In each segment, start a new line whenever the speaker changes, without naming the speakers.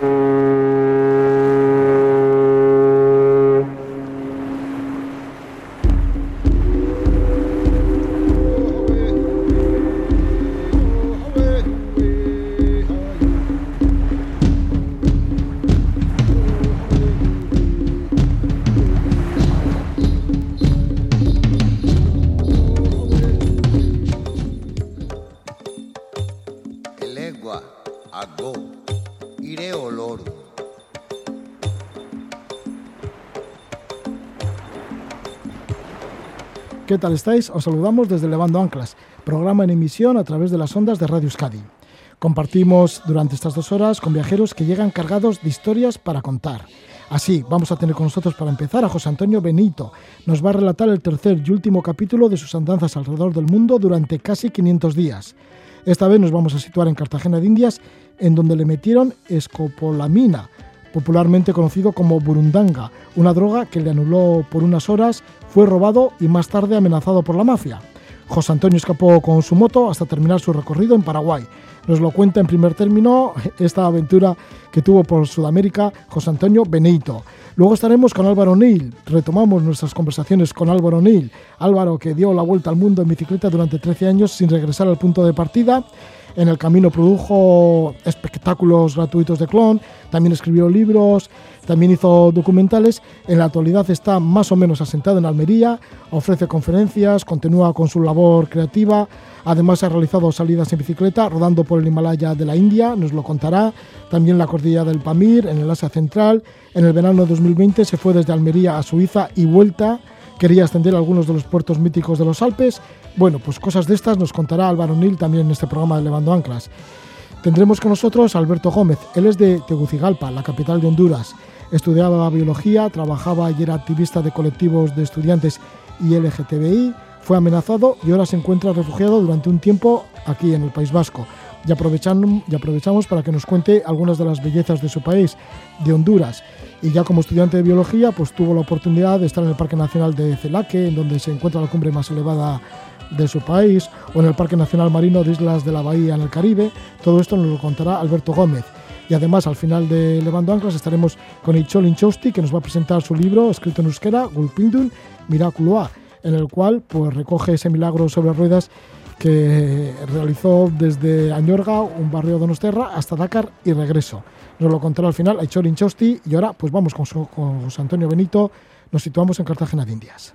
¿Qué tal estáis? Os saludamos desde Levando Anclas, programa en emisión a través de las ondas de Radio Euskadi. Compartimos durante estas 2 horas con viajeros que llegan cargados de historias para contar. Así, vamos a tener con nosotros para empezar a José Antonio Benito. Nos va a relatar el tercer y último capítulo de sus andanzas alrededor del mundo durante casi 500 días. Esta vez nos vamos a situar en Cartagena de Indias, en donde le metieron escopolamina, popularmente conocido como burundanga, una droga que le anuló por unas horas, fue robado y más tarde amenazado por la mafia. José Antonio escapó con su moto hasta terminar su recorrido en Paraguay. Nos lo cuenta en primer término esta aventura que tuvo por Sudamérica José Antonio Benito. Luego estaremos con Álvaro O'Neill. Retomamos nuestras conversaciones con Álvaro O'Neill. Álvaro, que dio la vuelta al mundo en bicicleta durante 13 años sin regresar al punto de partida. En el camino produjo espectáculos gratuitos de clown, también escribió libros, también hizo documentales. En la actualidad está más o menos asentado en Almería, ofrece conferencias, continúa con su labor creativa. Además ha realizado salidas en bicicleta, rodando por el Himalaya de la India, nos lo contará. También la cordillera del Pamir, en el Asia Central. En el verano de 2020 se fue desde Almería a Suiza y vuelta. Quería ascender a algunos de los puertos míticos de los Alpes. Bueno, pues cosas de estas nos contará Álvaro O'Neill también en este programa de Levando Anclas. Tendremos con nosotros a Alberto Gómez. Él es de Tegucigalpa, la capital de Honduras. Estudiaba biología, trabajaba y era activista de colectivos de estudiantes y LGTBI. Fue amenazado y ahora se encuentra refugiado durante un tiempo aquí en el País Vasco. Y aprovechamos para que nos cuente algunas de las bellezas de su país, de Honduras. Y ya como estudiante de biología, pues tuvo la oportunidad de estar en el Parque Nacional de Celaque, en donde se encuentra la cumbre más elevada de su país, o en el Parque Nacional Marino de Islas de la Bahía en el Caribe. Todo esto nos lo contará Alberto Gómez. Y además, al final de Levando Anclas, estaremos con Itxol Intxausti, que nos va a presentar su libro, escrito en euskera, Gulpindun Miraculoa, en el cual pues recoge ese milagro sobre ruedas que realizó desde Añorga, un barrio de Donostiarra, hasta Dakar y regreso. Nos lo contará al final Itxol Intxausti. Y ahora pues vamos con José Antonio Benito. Nos situamos en Cartagena de Indias.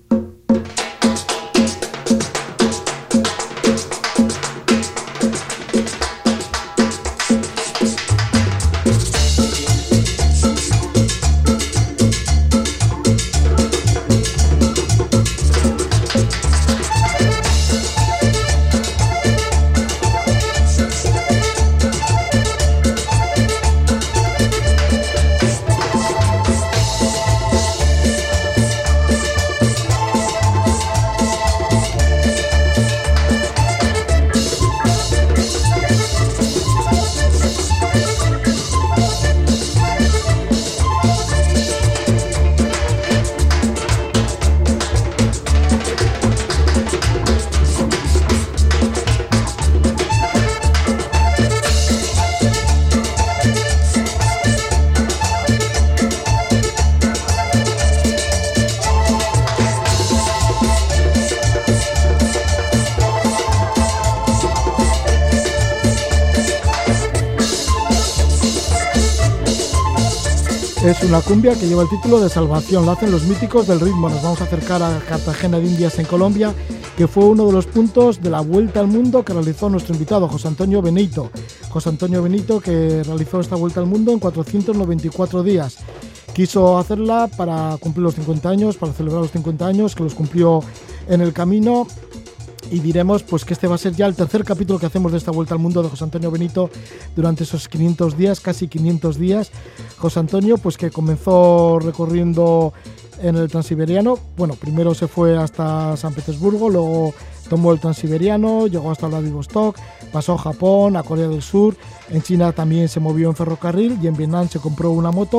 Es una cumbia que lleva el título de Salvación, lo hacen los míticos del ritmo. Nos vamos a acercar a Cartagena de Indias en Colombia, que fue uno de los puntos de la vuelta al mundo que realizó nuestro invitado, José Antonio Benito. José Antonio Benito, que realizó esta vuelta al mundo en 494 días. Quiso hacerla para cumplir los 50 años, para celebrar los 50 años, que los cumplió en el camino. Y diremos pues que este va a ser ya el tercer capítulo que hacemos de esta vuelta al mundo de José Antonio Benito durante esos 500 días, casi 500 días. José Antonio, pues que comenzó recorriendo en el Transiberiano. Bueno, primero se fue hasta San Petersburgo, luego tomó el Transiberiano, llegó hasta Vladivostok, pasó a Japón, a Corea del Sur. En China también se movió en ferrocarril y en Vietnam se compró una moto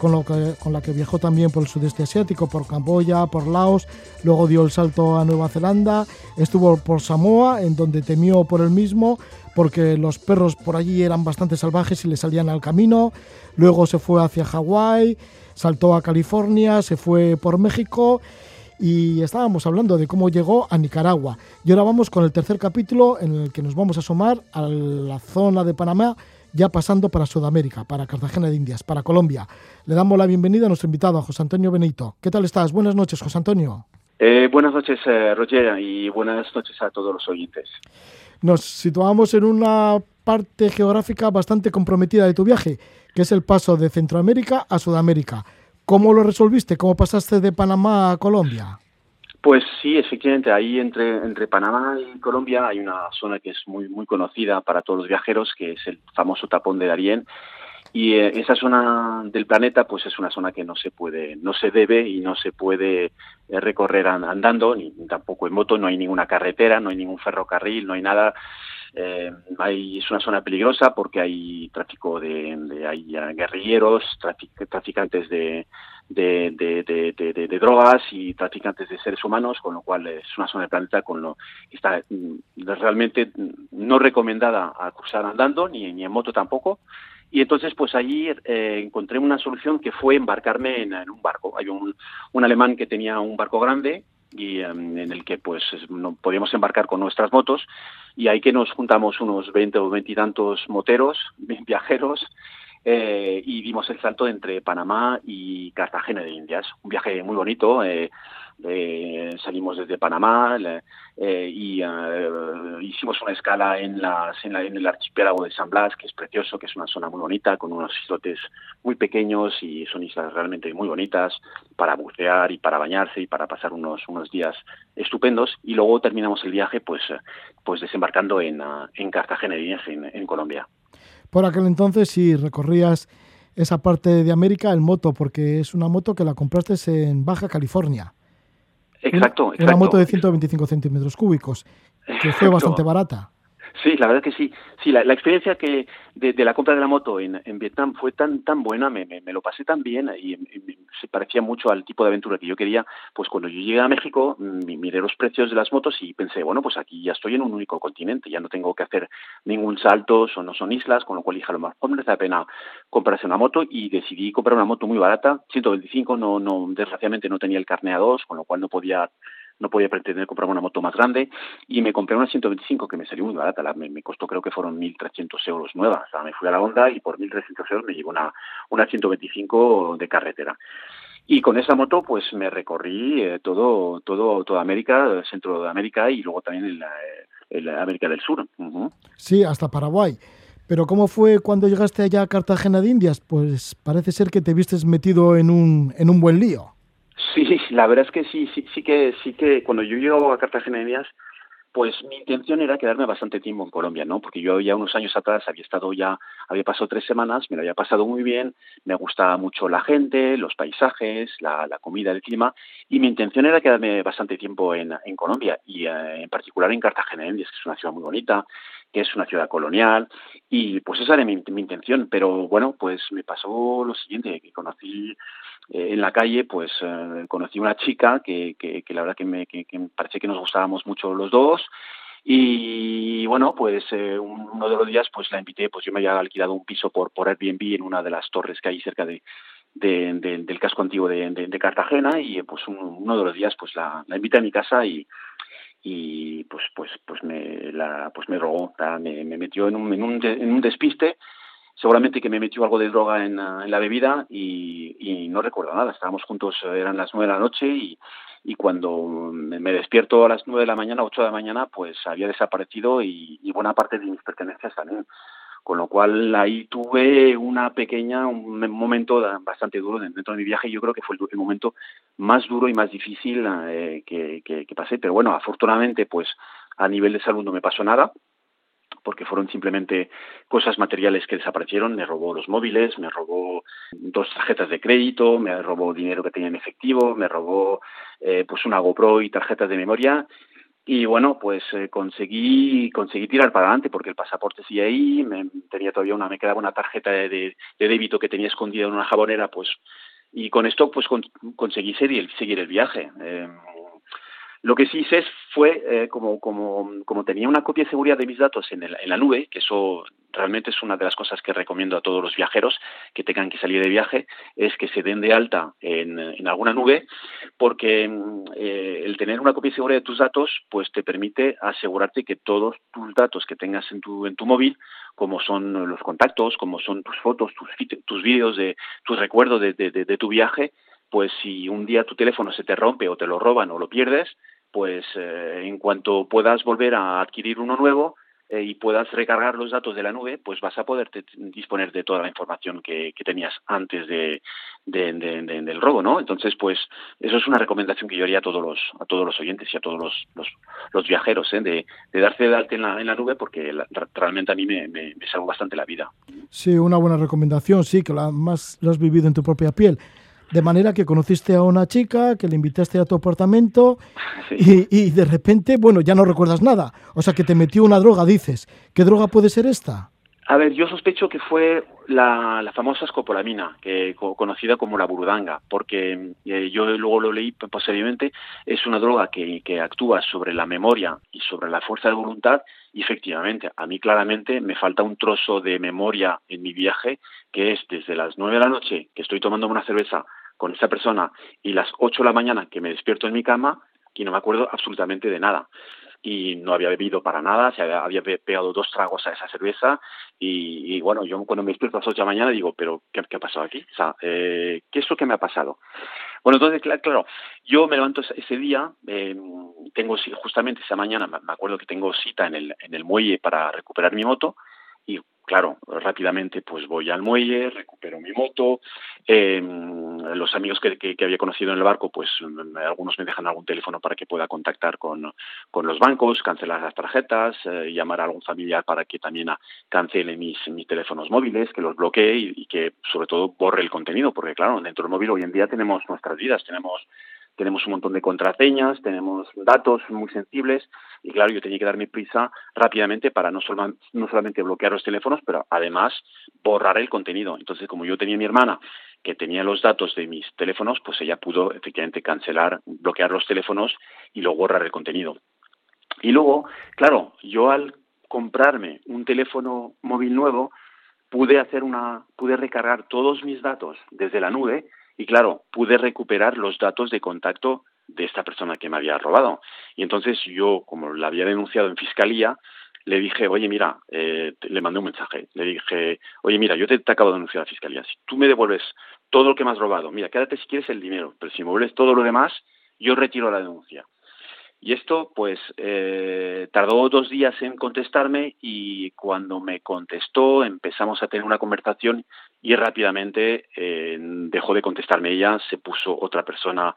con la que viajó también por el sudeste asiático, por Camboya, por Laos, luego dio el salto a Nueva Zelanda, estuvo por Samoa, en donde temió por él mismo, porque los perros por allí eran bastante salvajes y le salían al camino. Luego se fue hacia Hawái, saltó a California, se fue por México y estábamos hablando de cómo llegó a Nicaragua. Y ahora vamos con el tercer capítulo en el que nos vamos a asomar a la zona de Panamá, ya pasando para Sudamérica, para Cartagena de Indias, para Colombia. Le damos la bienvenida a nuestro invitado, a José Antonio Benito. ¿Qué tal estás? Buenas noches, José Antonio.
Buenas noches, Roger, y buenas noches a todos los oyentes.
Nos situamos en una parte geográfica bastante comprometida de tu viaje, que es el paso de Centroamérica a Sudamérica. ¿Cómo lo resolviste? ¿Cómo pasaste de Panamá a Colombia?
Pues sí, efectivamente, ahí entre Panamá y Colombia hay una zona que es muy conocida para todos los viajeros, que es el famoso tapón de Darién. Y esa zona del planeta, pues es una zona que no se debe y no se puede recorrer andando, ni tampoco en moto. No hay ninguna carretera, no hay ningún ferrocarril, no hay nada. Es una zona peligrosa porque hay tráfico hay guerrilleros, traficantes de drogas y traficantes de seres humanos, con lo cual es una zona del planeta que está realmente no recomendada a cruzar andando, ni en moto tampoco. Y entonces, pues allí encontré una solución que fue embarcarme en un barco. Hay un alemán que tenía un barco grande y en el que pues no podíamos embarcar con nuestras motos, y ahí que nos juntamos unos 20 o 20 y tantos moteros, viajeros, y dimos el salto entre Panamá y Cartagena de Indias. Un viaje muy bonito. Salimos desde Panamá y hicimos una escala en el archipiélago de San Blas, que es precioso, que es una zona muy bonita, con unos islotes muy pequeños, y son islas realmente muy bonitas para bucear y para bañarse y para pasar unos días estupendos. Y luego terminamos el viaje pues desembarcando en Cartagena de Indias, en Colombia.
Por aquel entonces sí recorrías esa parte de América en moto, porque es una moto que la compraste en Baja California.
Exacto.
Una moto de 125 centímetros cúbicos, que fue bastante barata.
Sí, la verdad que sí. Sí, la experiencia de la compra de la moto en Vietnam fue tan buena, me lo pasé tan bien, y se parecía mucho al tipo de aventura que yo quería. Pues cuando yo llegué a México, miré los precios de las motos y pensé, bueno, pues aquí ya estoy en un único continente, ya no tengo que hacer ningún salto, no son islas, con lo cual dije, a lo mejor merece la pena comprarse una moto, y decidí comprar una moto muy barata, 125, desgraciadamente no tenía el carné A2, con lo cual no podía pretender comprarme una moto más grande, y me compré una 125 que me salió muy barata. Me costó, creo que fueron 1.300 euros nueva. O sea, me fui a la Honda y por 1.300 euros me llevo una 125 de carretera. Y con esa moto pues me recorrí toda América, Centro de América, y luego también en la América del Sur. Uh-huh.
Sí, hasta Paraguay. Pero ¿cómo fue cuando llegaste allá a Cartagena de Indias? Pues parece ser que te vistes metido en un buen lío.
Sí, la verdad es que sí que cuando yo llego a Cartagena de Indias, pues mi intención era quedarme bastante tiempo en Colombia, ¿no? Porque yo ya unos años atrás había pasado 3 semanas, me lo había pasado muy bien, me gustaba mucho la gente, los paisajes, la comida, el clima, y mi intención era quedarme bastante tiempo en Colombia, y en particular en Cartagena de Indias, que es una ciudad muy bonita, que es una ciudad colonial, y pues esa era mi intención. Pero bueno, pues me pasó lo siguiente, que conocí en la calle, pues conocí una chica que la verdad que me parece que nos gustábamos mucho los dos, y bueno, pues uno de los días pues la invité. Pues yo me había alquilado un piso por Airbnb en una de las torres que hay cerca del casco antiguo de Cartagena, y pues uno de los días pues la invité a mi casa, y pues me rogó, me metió en un despiste. Seguramente que me metió algo de droga en la bebida, y no recuerdo nada. Estábamos juntos, eran las 9 de la noche, y cuando me despierto a las 9 de la mañana, 8 de la mañana, pues había desaparecido, y buena parte de mis pertenencias también. Con lo cual ahí tuve un momento bastante duro dentro de mi viaje. Yo creo que fue el momento más duro y más difícil que pasé. Pero bueno, afortunadamente pues a nivel de salud no me pasó nada, porque fueron simplemente cosas materiales que desaparecieron. Me robó los móviles, me robó 2 tarjetas de crédito, me robó dinero que tenía en efectivo, me robó pues una GoPro y tarjetas de memoria. Y bueno, pues conseguí tirar para adelante porque el pasaporte sigue ahí, tenía todavía me quedaba una tarjeta de débito que tenía escondida en una jabonera, pues, y con esto pues conseguí seguir el viaje. Lo que sí sé fue, como tenía una copia de seguridad de mis datos en la nube, que eso realmente es una de las cosas que recomiendo a todos los viajeros que tengan que salir de viaje, es que se den de alta en alguna nube, porque el tener una copia de seguridad de tus datos pues te permite asegurarte que todos tus datos que tengas en tu móvil, como son los contactos, como son tus fotos, tus vídeos, tus recuerdos de tu viaje, pues si un día tu teléfono se te rompe o te lo roban o lo pierdes, pues en cuanto puedas volver a adquirir uno nuevo y puedas recargar los datos de la nube, pues vas a poder disponer de toda la información que tenías antes del robo, ¿no? Entonces, pues eso es una recomendación que yo haría a todos los oyentes y a todos los viajeros, de darse de alta en la nube, porque realmente a mí me salvó bastante la vida.
Sí, una buena recomendación, sí, que más lo has vivido en tu propia piel. De manera que conociste a una chica, que le invitaste a tu apartamento y de repente, bueno, ya no recuerdas nada. O sea, que te metió una droga, dices. ¿Qué droga puede ser esta?
A ver, yo sospecho que fue la famosa escopolamina, conocida como la burundanga, porque yo luego lo leí posteriormente. Es una droga que actúa sobre la memoria y sobre la fuerza de voluntad, y efectivamente, a mí claramente me falta un trozo de memoria en mi viaje, que es desde las 9 de la noche, que estoy tomándome una cerveza con esa persona, y las 8 de la mañana que me despierto en mi cama y no me acuerdo absolutamente de nada. Y no había bebido para nada, había pegado 2 tragos a esa cerveza y bueno, yo cuando me despierto a las 8 de la mañana digo, pero ¿qué ha pasado aquí? O sea, ¿qué es lo que me ha pasado? Bueno, entonces, claro, yo me levanto ese día, tengo justamente esa mañana, me acuerdo que tengo cita en el muelle para recuperar mi moto, y claro, rápidamente pues voy al muelle, recupero mi moto, los amigos que había conocido en el barco, pues algunos me dejan algún teléfono para que pueda contactar con los bancos, cancelar las tarjetas, llamar a algún familiar para que también cancele mis teléfonos móviles, que los bloquee y que sobre todo borre el contenido, porque claro, dentro del móvil hoy en día tenemos nuestras vidas, tenemos un montón de contraseñas, tenemos datos muy sensibles, y claro, yo tenía que darme prisa rápidamente para no solamente bloquear los teléfonos, pero además borrar el contenido. Entonces, como yo tenía a mi hermana que tenía los datos de mis teléfonos, pues ella pudo efectivamente bloquear los teléfonos y luego borrar el contenido. Y luego, claro, yo al comprarme un teléfono móvil nuevo, pude recargar todos mis datos desde la nube. Y claro, pude recuperar los datos de contacto de esta persona que me había robado. Y entonces yo, como la había denunciado en fiscalía, le dije, oye, mira, le mandé un mensaje. Le dije, oye, mira, yo te acabo de denunciar a la fiscalía. Si tú me devuelves todo lo que me has robado, mira, quédate si quieres el dinero, pero si me devuelves todo lo demás, yo retiro la denuncia. Y esto, pues, tardó 2 días en contestarme, y cuando me contestó empezamos a tener una conversación y rápidamente dejó de contestarme ella, se puso otra persona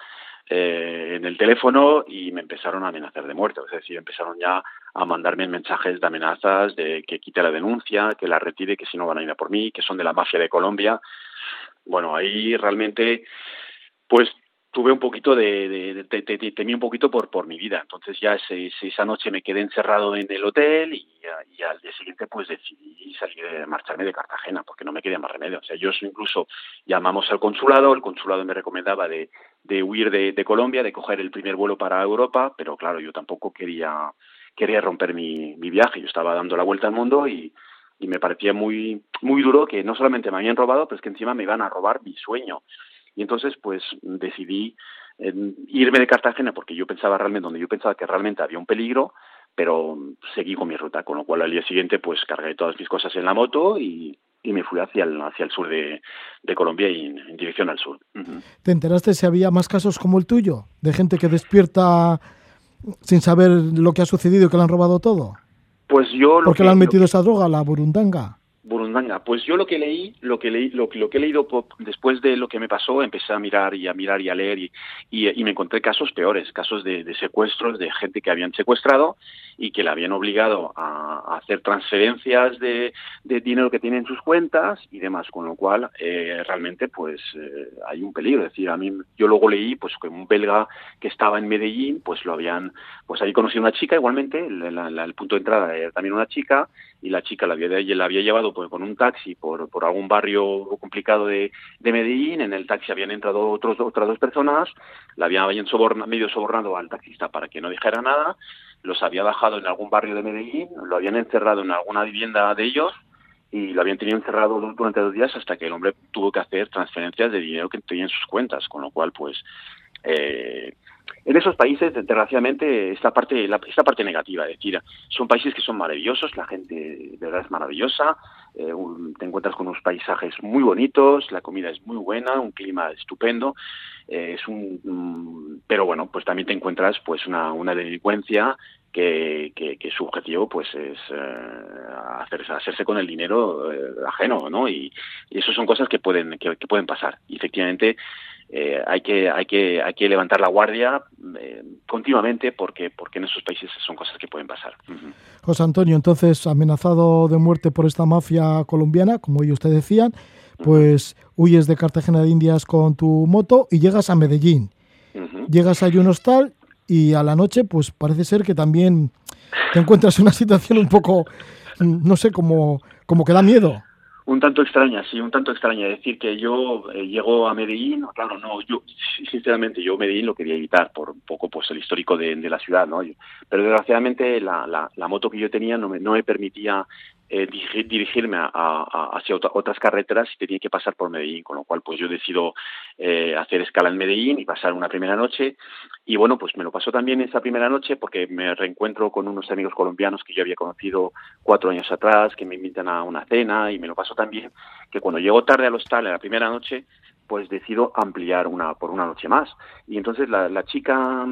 en el teléfono y me empezaron a amenazar de muerte. Es decir, empezaron ya a mandarme mensajes de amenazas, de que quite la denuncia, que la retire, que si no van a ir a por mí, que son de la mafia de Colombia. Bueno, ahí realmente, pues, tuve un poquito temí un poquito por mi vida. Entonces ya esa noche me quedé encerrado en el hotel y al día siguiente pues decidí marcharme de Cartagena, porque no me quedaba más remedio. O sea, yo incluso llamamos al consulado, el consulado me recomendaba de huir de Colombia, de coger el primer vuelo para Europa, pero claro, yo tampoco quería romper mi viaje. Yo estaba dando la vuelta al mundo y me parecía muy, muy duro que no solamente me habían robado, pero es que encima me iban a robar mi sueño. Y entonces, pues, decidí irme de Cartagena, porque donde yo pensaba que realmente había un peligro, pero seguí con mi ruta, con lo cual al día siguiente, pues, cargué todas mis cosas en la moto y me fui hacia el sur de Colombia y en dirección al sur. Uh-huh.
¿Te enteraste si había más casos como el tuyo? ¿De gente que despierta sin saber lo que ha sucedido y que le han robado todo?
Pues yo...
¿Por qué le han metido esa droga, la burundanga?
mandanga. Pues yo lo que he leído después de lo que me pasó, empecé a mirar y a leer y me encontré casos peores, casos de secuestros de gente que habían secuestrado y que le habían obligado a hacer transferencias de dinero que tienen en sus cuentas y demás, con lo cual realmente pues hay un peligro. Es decir, yo luego leí pues que un belga que estaba en Medellín, pues ahí conocí a una chica igualmente, el punto de entrada era también una chica, y la chica la había llevado pues con un taxi por algún barrio complicado de Medellín. En el taxi habían entrado otras dos personas, la habían medio sobornado al taxista para que no dijera nada, los había bajado en algún barrio de Medellín, lo habían encerrado en alguna vivienda de ellos y lo habían tenido encerrado durante 2 días hasta que el hombre tuvo que hacer transferencias de dinero que tenía en sus cuentas, con lo cual pues en esos países, desgraciadamente, esta parte negativa, es decir, son países que son maravillosos, la gente de verdad es maravillosa, te encuentras con unos paisajes muy bonitos, la comida es muy buena, un clima estupendo, pero bueno, pues también te encuentras pues una delincuencia que su objetivo pues es hacerse con el dinero ajeno, ¿no? Y eso son cosas que pueden pasar. Y efectivamente hay que levantar la guardia continuamente porque en esos países son cosas que pueden pasar. Uh-huh.
José Antonio, entonces, amenazado de muerte por esta mafia colombiana, como ellos te decían, pues huyes de Cartagena de Indias con tu moto y llegas a Medellín. Uh-huh. Llegas a un hostal y a la noche, pues parece ser que también te encuentras en una situación un poco, no sé, como que da miedo.
Un tanto extraña. Es decir, que yo llego a Medellín, claro, no, yo sinceramente Medellín lo quería evitar por un poco pues el histórico de la ciudad, ¿no? Pero desgraciadamente la moto que yo tenía no me permitía dirigirme hacia otras carreteras y tenía que pasar por Medellín, con lo cual pues yo decido hacer escala en Medellín y pasar una primera noche. Y bueno, pues me lo pasó también esa primera noche porque me reencuentro con unos amigos colombianos que yo había conocido 4 años atrás, que me invitan a una cena, y me lo pasó también que cuando llego tarde al hostal en la primera noche, pues decido ampliar por una noche más. Y entonces la chica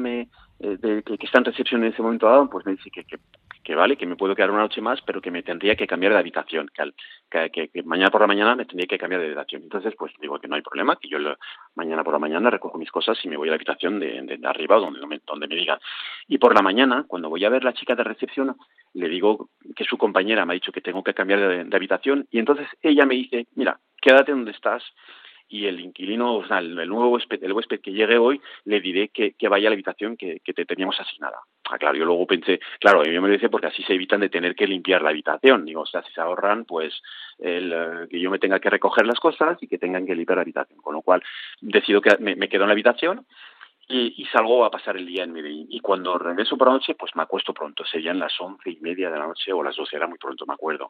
que está en recepción en ese momento dado, pues me dice que vale, que me puedo quedar una noche más, pero que me tendría que cambiar de habitación, que mañana por la mañana me tendría que cambiar de habitación. Entonces, pues digo que no hay problema, que yo mañana por la mañana recojo mis cosas y me voy a la habitación de arriba, donde me digan. Y por la mañana, cuando voy a ver la chica de recepción, le digo que su compañera me ha dicho que tengo que cambiar de habitación, y entonces ella me dice, mira, quédate donde estás, y el inquilino, o sea, el huésped que llegue hoy, le diré que vaya a la habitación que te teníamos asignada. Claro, yo luego pensé, claro, yo me lo hice porque así se evitan de tener que limpiar la habitación. Digo, o sea, si se ahorran, pues, que yo me tenga que recoger las cosas y que tengan que limpiar la habitación. Con lo cual, decido que me quedo en la habitación y salgo a pasar el día en Medellín. Y cuando regreso por la noche, pues me acuesto pronto. Serían las 11:30 de la noche o las 12, era muy pronto, me acuerdo.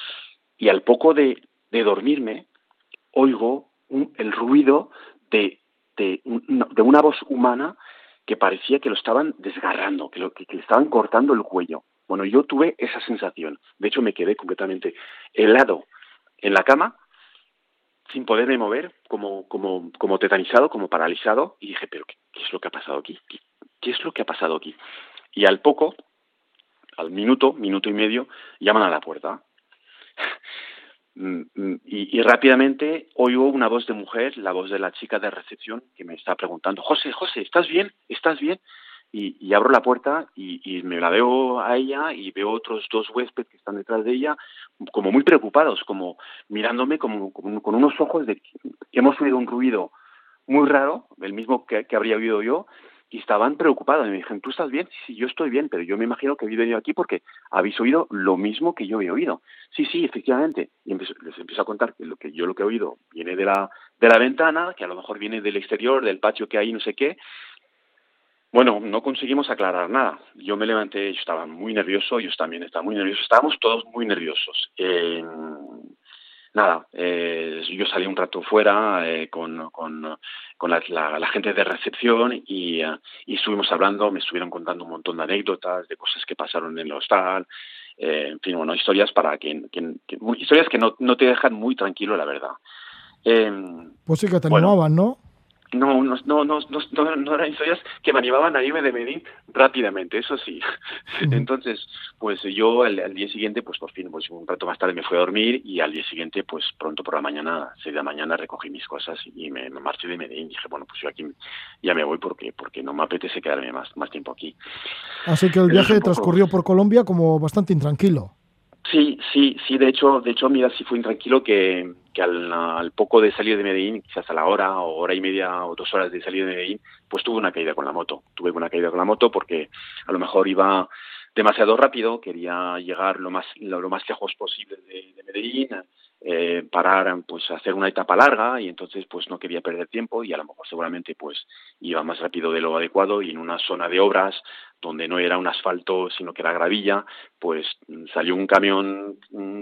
Y al poco de dormirme, oigo el ruido de una voz humana que parecía que lo estaban desgarrando, que le estaban cortando el cuello. Bueno, yo tuve esa sensación. De hecho, me quedé completamente helado en la cama, sin poderme mover, como tetanizado, como paralizado, y dije, pero ¿qué es lo que ha pasado aquí? ¿Qué es lo que ha pasado aquí? Y al minuto y medio, llaman a la puerta. Y rápidamente oigo una voz de mujer, la voz de la chica de recepción, que me está preguntando, José, ¿estás bien? ¿Estás bien? Y abro la puerta y me la veo a ella y veo otros 2 huéspedes que están detrás de ella, como muy preocupados, como mirándome con unos ojos de que hemos oído un ruido muy raro, el mismo que habría oído yo, y estaban preocupados. Y me dijeron, ¿tú estás bien? Sí, yo estoy bien, pero yo me imagino que habéis venido aquí porque habéis oído lo mismo que yo he oído. Sí, efectivamente. Y les empiezo a contar que lo que he oído viene de la ventana, que a lo mejor viene del exterior, del patio que hay, no sé qué. Bueno, no conseguimos aclarar nada. Yo me levanté, yo estaba muy nervioso, ellos también estaban muy nerviosos, estábamos todos muy nerviosos. Yo salí un rato fuera con la gente de recepción y estuvimos hablando, me estuvieron contando un montón de anécdotas, de cosas que pasaron en el hostal, en fin, bueno, historias historias que no te dejan muy tranquilo, la verdad.
Pues sí que te animaban, ¿no?
No eran historias que me animaban a irme de Medellín rápidamente, eso sí.
Ujú.
Entonces, pues yo al día siguiente, pues por fin, pues un rato más tarde me fui a dormir y al día siguiente, pues pronto por la mañana, 6 de la mañana, recogí mis cosas y me marché de Medellín. Dije, bueno, pues yo aquí ya me voy porque no me apetece quedarme más tiempo aquí.
Así que el
Eso es
viaje
un poco.
transcurrió por Colombia como bastante intranquilo.
Sí, de hecho, mira, sí fue intranquilo que al poco de salir de Medellín, quizás a la hora o hora y media o 2 horas de salir de Medellín, pues tuve una caída con la moto. Tuve una caída con la moto porque a lo mejor iba demasiado rápido, quería llegar lo más lejos posible de Medellín, parar, pues hacer una etapa larga y entonces pues no quería perder tiempo y a lo mejor seguramente pues iba más rápido de lo adecuado y en una zona de obras donde no era un asfalto sino que era gravilla, pues salió un camión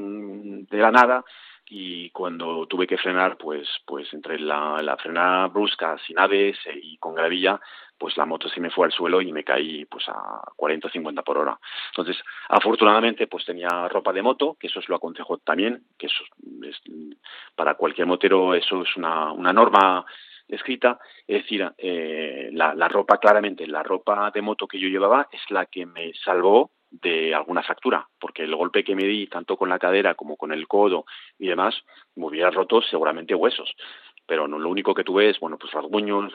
de la nada y cuando tuve que frenar, pues entre la frenada brusca sin ABS y con gravilla, pues la moto se me fue al suelo y me caí pues a 40 o 50 por hora. Entonces, afortunadamente, pues tenía ropa de moto, que eso os lo aconsejo también, que eso es para cualquier motero eso es una norma escrita, es decir, la ropa, claramente, la ropa de moto que yo llevaba es la que me salvó de alguna fractura, porque el golpe que me di, tanto con la cadera como con el codo y demás, me hubiera roto seguramente huesos. Pero no, lo único que tuve es, bueno, pues rasguños,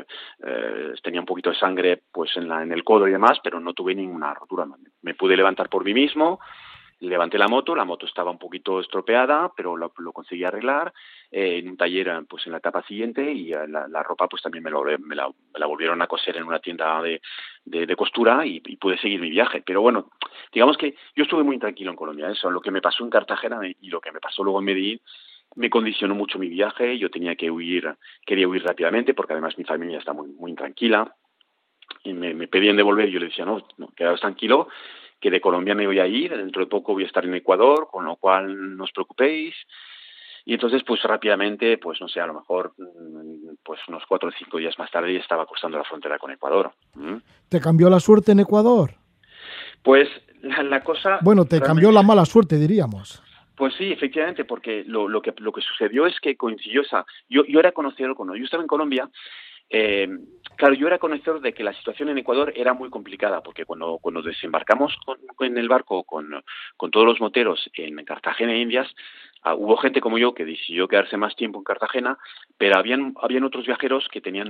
tenía un poquito de sangre pues en el codo y demás, pero no tuve ninguna rotura. Me pude levantar por mí mismo, levanté la moto estaba un poquito estropeada, pero lo conseguí arreglar en un taller pues en la etapa siguiente y la ropa pues también me la volvieron a coser en una tienda de costura y pude seguir mi viaje. Pero bueno, digamos que yo estuve muy tranquilo en Colombia, eso, lo que me pasó en Cartagena y lo que me pasó luego en Medellín me condicionó mucho mi viaje, yo quería huir rápidamente porque además mi familia está muy intranquila y me pedían de volver y yo le decía, no, quedaos tranquilo, que de Colombia me voy a ir, dentro de poco voy a estar en Ecuador, con lo cual no os preocupéis. Y entonces, pues rápidamente, pues no sé, a lo mejor pues unos 4 o 5 días más tarde ya estaba cruzando la frontera con Ecuador. ¿Mm?
¿Te cambió la suerte en Ecuador?
Pues la cosa
Bueno, te cambió
realmente.
la mala suerte, diríamos.
Pues sí, efectivamente, porque lo que sucedió es que coincidió yo era conocedor, cuando yo estaba en Colombia, eh, claro, yo era conocedor de que la situación en Ecuador era muy complicada, porque cuando desembarcamos en el barco con todos los moteros en Cartagena e Indias, hubo gente como yo que decidió quedarse más tiempo en Cartagena, pero habían otros viajeros que tenían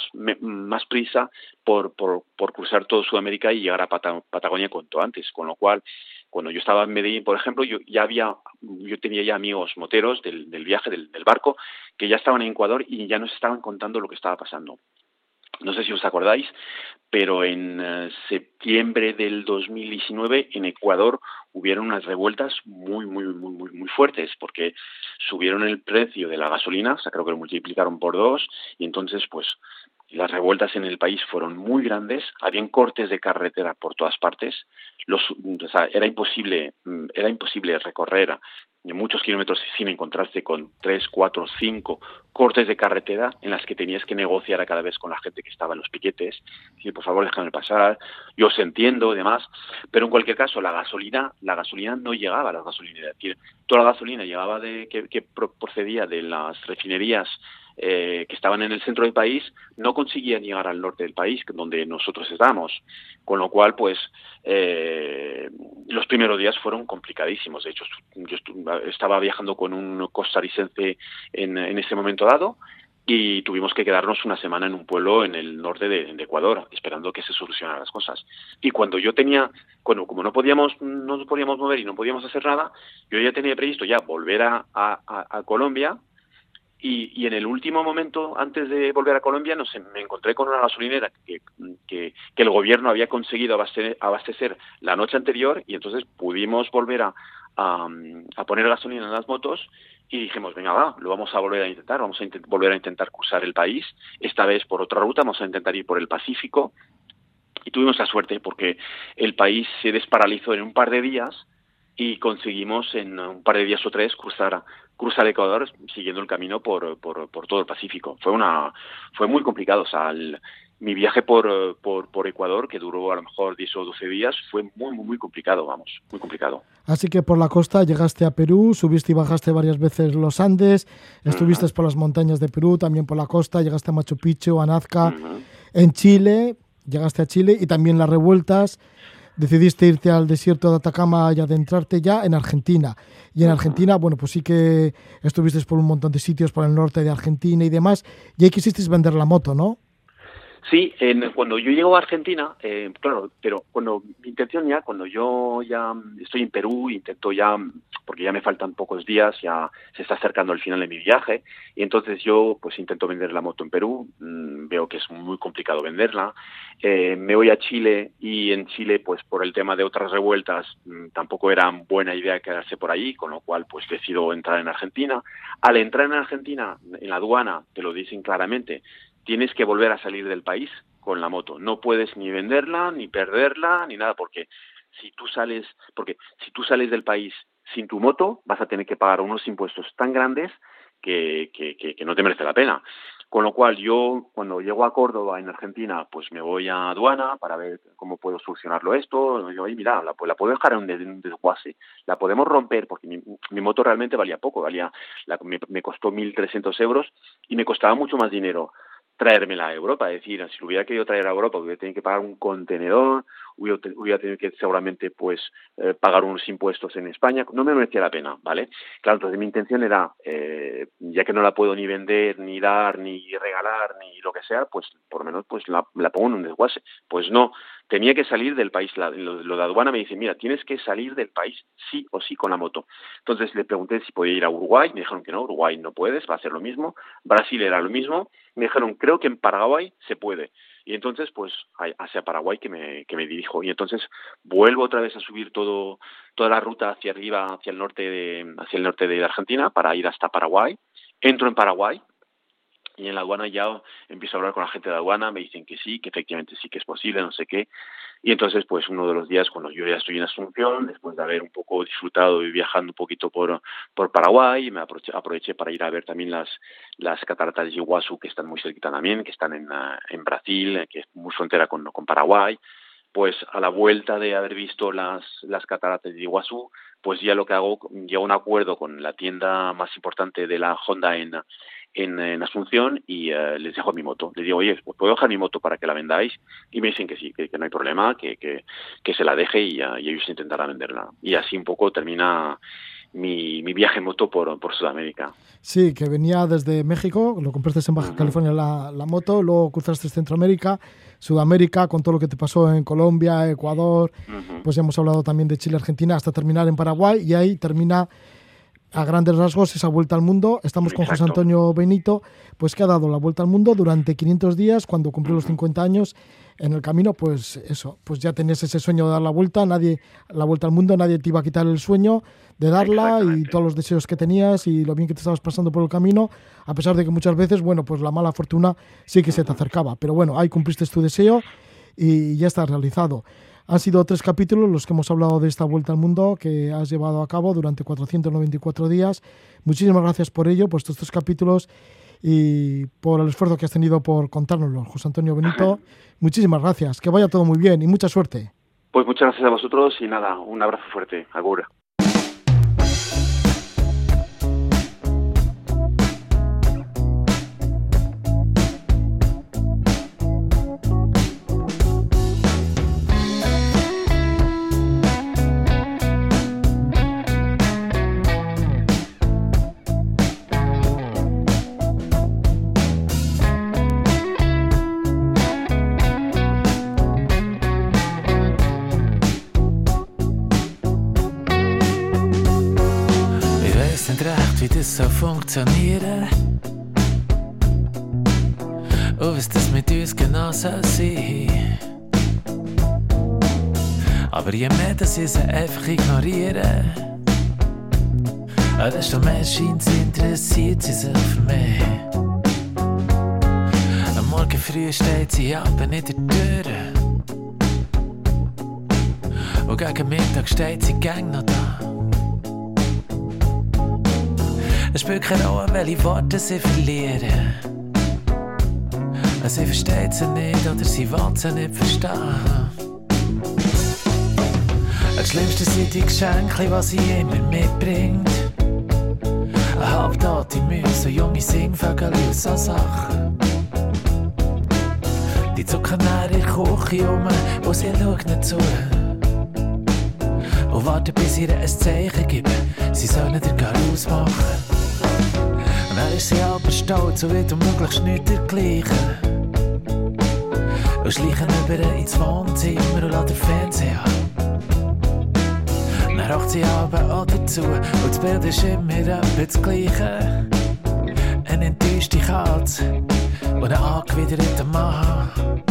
más prisa por cruzar todo Sudamérica y llegar a Patagonia cuanto antes, con lo cual cuando yo estaba en Medellín, por ejemplo, yo tenía ya amigos moteros del viaje, del barco, que ya estaban en Ecuador y ya nos estaban contando lo que estaba pasando. No sé si os acordáis, pero en septiembre del 2019 en Ecuador hubieron unas revueltas muy fuertes porque subieron el precio de la gasolina, o sea, creo que lo multiplicaron por 2 y entonces pues las revueltas en el país fueron muy grandes, habían cortes de carretera por todas partes, o sea, era imposible recorrer muchos kilómetros sin encontrarse con 3, 4, 5 cortes de carretera en las que tenías que negociar a cada vez con la gente que estaba en los piquetes, decir, por favor, déjame pasar, yo os entiendo y demás, pero en cualquier caso la gasolina no llegaba a las gasolineras, es decir, toda la gasolina llegaba que procedía de las refinerías que estaban en el centro del país, no conseguían llegar al norte del país, donde nosotros estábamos, con lo cual, pues, los primeros días fueron complicadísimos. De hecho, yo estaba viajando con un costarricense en ese momento dado y tuvimos que quedarnos una semana en un pueblo en el norte de Ecuador, esperando que se solucionaran las cosas. Y cuando como no nos podíamos mover y no podíamos hacer nada, yo ya tenía previsto ya volver a Colombia y en el último momento, antes de volver a Colombia, me encontré con una gasolinera que el gobierno había conseguido abastecer la noche anterior y entonces pudimos volver a poner gasolina en las motos y dijimos, venga, va, lo vamos a volver a intentar, volver a intentar cruzar el país, esta vez por otra ruta, vamos a intentar ir por el Pacífico y tuvimos la suerte porque el país se desparalizó en un par de días y conseguimos en un par de días o 3 cruzar cruzar Ecuador siguiendo el camino por todo el Pacífico. Fue muy complicado. O sea, mi viaje por Ecuador, que duró a lo mejor 10 o 12 días, fue muy complicado, muy complicado.
Así que por la costa llegaste a Perú, subiste y bajaste varias veces los Andes, estuviste por las montañas de Perú, también por la costa, llegaste a Machu Picchu, a Nazca, en Chile, llegaste a Chile y también las revueltas. Decidiste irte al desierto de Atacama y adentrarte ya en Argentina. Y en Argentina, bueno, pues sí que estuviste por un montón de sitios por el norte de Argentina y demás, y ahí quisisteis vender la moto, ¿no?
Sí, cuando yo llego a Argentina, claro, pero mi intención ya, cuando yo ya estoy en Perú, intento ya, porque ya me faltan pocos días, ya se está acercando el final de mi viaje, y entonces yo pues intento vender la moto en Perú, veo que es muy complicado venderla, me voy a Chile, y en Chile pues por el tema de otras revueltas tampoco era buena idea quedarse por ahí, con lo cual pues decido entrar en Argentina. Al entrar en Argentina, en la aduana, te lo dicen claramente, tienes que volver a salir del país con la moto. No puedes ni venderla, ni perderla, ni nada, porque si tú sales del país sin tu moto, vas a tener que pagar unos impuestos tan grandes que no te merece la pena. Con lo cual, yo cuando llego a Córdoba, en Argentina, pues me voy a aduana para ver cómo puedo solucionarlo esto. Yo, mira, la puedo dejar en un desguace, la podemos romper, porque mi moto realmente valía poco, me costó 1.300 euros y me costaba mucho más dinero traérmela a Europa. Es decir, si lo hubiera querido traer a Europa, hubiera tenido que pagar un contenedor, hubiera tenido que seguramente pues pagar unos impuestos en España. No me merecía la pena, ¿vale? Claro, entonces mi intención era, ya que no la puedo ni vender, ni dar, ni regalar, ni lo que sea, pues por lo menos pues la pongo en un desguace. Pues no, tenía que salir del país. Lo de aduana me dice, mira, tienes que salir del país sí o sí con la moto. Entonces le pregunté si podía ir a Uruguay, me dijeron que no, Uruguay no puedes, va a ser lo mismo. Brasil era lo mismo, me dijeron, creo que en Paraguay se puede. Y entonces, pues, hacia Paraguay que me dirijo. Y entonces vuelvo otra vez a subir toda la ruta hacia arriba, hacia el norte de Argentina, para ir hasta Paraguay. Entro en Paraguay, y en la aduana ya empiezo a hablar con la gente de la aduana, me dicen que sí, que efectivamente sí que es posible, no sé qué. Y entonces, pues uno de los días, cuando yo ya estoy en Asunción, después de haber un poco disfrutado y viajando un poquito por Paraguay, me aproveché para ir a ver también las cataratas de Iguazú, que están muy cerquita también, que están en Brasil, que es muy frontera con Paraguay. Pues a la vuelta de haber visto las cataratas de Iguazú, pues ya lo que hago, llego a un acuerdo con la tienda más importante de la Honda en Asunción y les dejo mi moto. Les digo, oye, ¿puedo dejar mi moto para que la vendáis? Y me dicen que sí, que no hay problema, que se la deje y ellos intentarán venderla. Y así un poco termina mi viaje en moto por Sudamérica.
Sí, que venía desde México, lo compraste en Baja California la moto, luego cruzaste Centroamérica, Sudamérica, con todo lo que te pasó en Colombia, Ecuador, pues ya hemos hablado también de Chile, Argentina, hasta terminar en Paraguay, y ahí termina a grandes rasgos esa vuelta al mundo. Estamos con José Antonio Benito, pues que ha dado la vuelta al mundo durante 500 días, cuando cumplió los 50 años. En el camino, pues eso, pues ya tenías ese sueño de dar la vuelta al mundo, nadie te iba a quitar el sueño de darla, y todos los deseos que tenías y lo bien que te estabas pasando por el camino, a pesar de que muchas veces, bueno, pues la mala fortuna sí que se te acercaba, pero bueno, ahí cumpliste tu deseo y ya está realizado. Han sido 3 capítulos los que hemos hablado de esta vuelta al mundo que has llevado a cabo durante 494 días. Muchísimas gracias por ello, por estos 3 capítulos y por el esfuerzo que has tenido por contárnoslo, José Antonio Benito. Muchísimas gracias, que vaya todo muy bien y mucha suerte.
Pues muchas gracias a vosotros y nada, un abrazo fuerte. Agur.
Wie das soll funktionieren und was das mit uns genau soll sein. Aber je mehr, dass ich sie einfach ignoriere, desto mehr scheint sie interessiert sie sich für mich. Am Morgen früh steht sie ab in der Tür und gegen Mittag steht sie gang noch da. Es spielt keine Rolle, welche Worte sie verlieren. Sie versteht sie nicht oder sie will sie nicht verstehen. Das Schlimmste sind die Geschenke, die sie immer mitbringt. Eine halbtote Müsse, junge Singvögel und so Sachen. Die zucken in der Küche rum und sie schaut nicht zu. Und warten, bis ihr ein Zeichen gibt, sie sollen den Garaus machen. Und dann ist sie aber stolz und will möglichst nicht dergleichen. Und schleichen über ins Wohnzimmer und lassen den Fernseher an. Dann raucht sie aber auch dazu und das Bild ist immer etwa das Gleiche. Eine enttäuschte Katze und ein angewiderter Mann.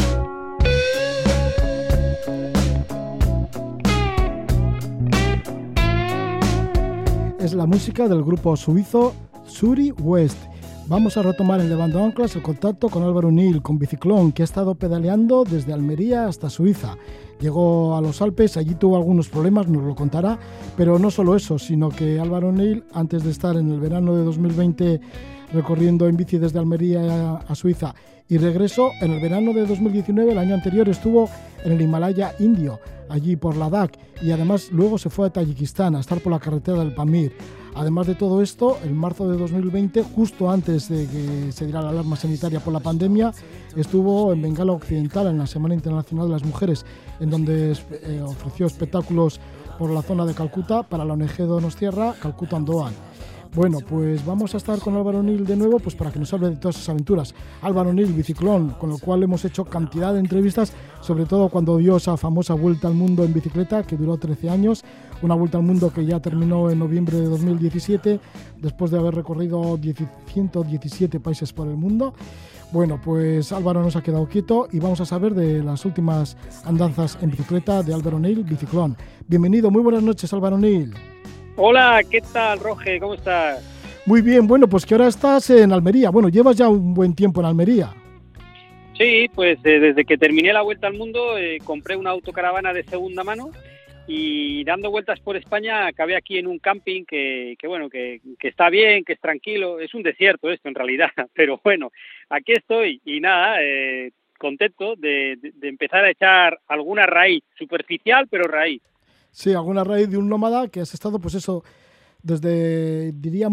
Es la música del grupo suizo Suri West. Vamos a retomar en Levando Anclas el contacto con Álvaro Nil, con Biciclón, que ha estado pedaleando desde Almería hasta Suiza. Llegó a los Alpes, allí tuvo algunos problemas, nos lo contará, pero no solo eso, sino que Álvaro Nil, antes de estar en el verano de 2020 recorriendo en bici desde Almería a Suiza y regreso, en el verano de 2019, el año anterior, estuvo en el Himalaya indio, allí por Ladakh, y además luego se fue a Tayikistán a estar por la carretera del Pamir. Además de todo esto, en marzo de 2020, justo antes de que se diera la alarma sanitaria por la pandemia, estuvo en Bengala Occidental en la Semana Internacional de las Mujeres, en donde ofreció espectáculos por la zona de Calcuta para la ONG Donostierra, Calcuta Andoan. Bueno, pues vamos a estar con Álvaro Nil de nuevo, pues para que nos hable de todas sus aventuras. Álvaro Nil, Biciclón, con el cual hemos hecho cantidad de entrevistas, sobre todo cuando dio esa famosa vuelta al mundo en bicicleta, que duró 13 años, una vuelta al mundo que ya terminó en noviembre de 2017, después de haber recorrido 117 países por el mundo. Bueno, pues Álvaro nos ha quedado quieto y vamos a saber de las últimas andanzas en bicicleta de Álvaro Nil, Biciclón. Bienvenido, muy buenas noches, Álvaro Nil.
Hola, ¿qué tal, Roge? ¿Cómo estás?
Muy bien, bueno, pues que ahora estás en Almería. Bueno, llevas ya un buen tiempo en Almería.
Sí, pues desde que terminé la Vuelta al Mundo compré una autocaravana de segunda mano y dando vueltas por España acabé aquí en un camping que está bien, que es tranquilo. Es un desierto esto en realidad, pero bueno, aquí estoy y nada, contento de empezar a echar alguna raíz, superficial pero raíz.
Sí, alguna raíz de un nómada que has estado, pues eso, desde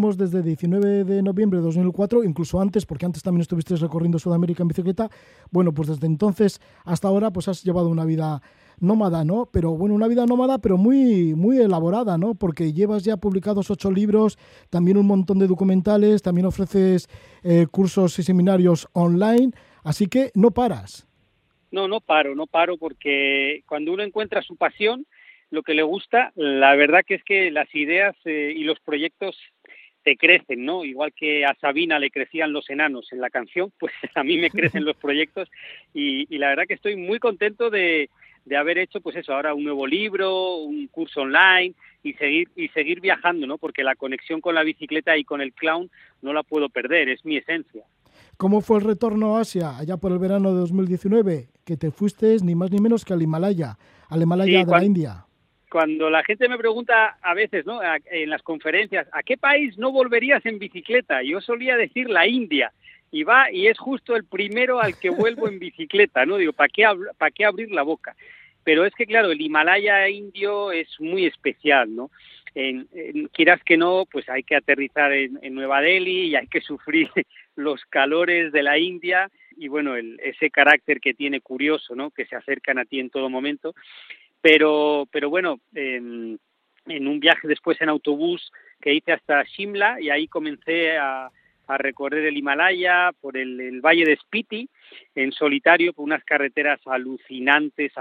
19 de noviembre de 2004, incluso antes, porque antes también estuviste recorriendo Sudamérica en bicicleta. Bueno, pues desde entonces hasta ahora pues has llevado una vida nómada, ¿no? Pero bueno, una vida nómada, pero muy, muy elaborada, ¿no? Porque llevas ya publicados 8 libros, también un montón de documentales, también ofreces cursos y seminarios online, así que no paras.
No paro, porque cuando uno encuentra su pasión, lo que le gusta, la verdad que es que las ideas y los proyectos te crecen, ¿no? Igual que a Sabina le crecían los enanos en la canción, pues a mí me crecen los proyectos y la verdad que estoy muy contento de haber hecho, pues eso, ahora un nuevo libro, un curso online y seguir viajando, ¿no? Porque la conexión con la bicicleta y con el clown no la puedo perder, es mi esencia.
¿Cómo fue el retorno a Asia, allá por el verano de 2019? Que te fuiste ni más ni menos que al Himalaya de la India.
Cuando la gente me pregunta a veces, ¿no?, en las conferencias, ¿a qué país no volverías en bicicleta? Yo solía decir la India, y es justo el primero al que vuelvo en bicicleta, ¿no? Digo, ¿para qué abrir la boca? Pero es que, claro, el Himalaya indio es muy especial, ¿no? Quieras que no, pues hay que aterrizar en Nueva Delhi y hay que sufrir los calores de la India y, bueno, ese carácter que tiene curioso, ¿no?, que se acercan a ti en todo momento. Pero bueno, en un viaje después en autobús que hice hasta Shimla y ahí comencé a recorrer el Himalaya por el valle de Spiti en solitario por unas carreteras alucinantes.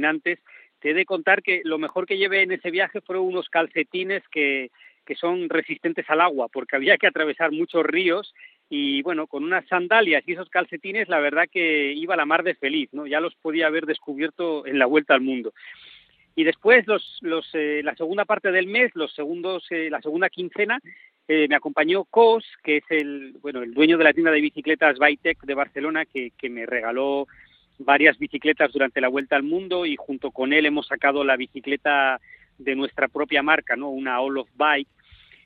Te he de contar que lo mejor que llevé en ese viaje fueron unos calcetines que son resistentes al agua porque había que atravesar muchos ríos y bueno, con unas sandalias y esos calcetines la verdad que iba a la mar de feliz, ¿no? Ya los podía haber descubierto en la Vuelta al Mundo. Y después la segunda parte del mes, la segunda quincena, me acompañó Cos, que es el dueño de la tienda de bicicletas Bike de Barcelona, que me regaló varias bicicletas durante la Vuelta al Mundo y junto con él hemos sacado la bicicleta de nuestra propia marca, ¿no?, una All of Bike.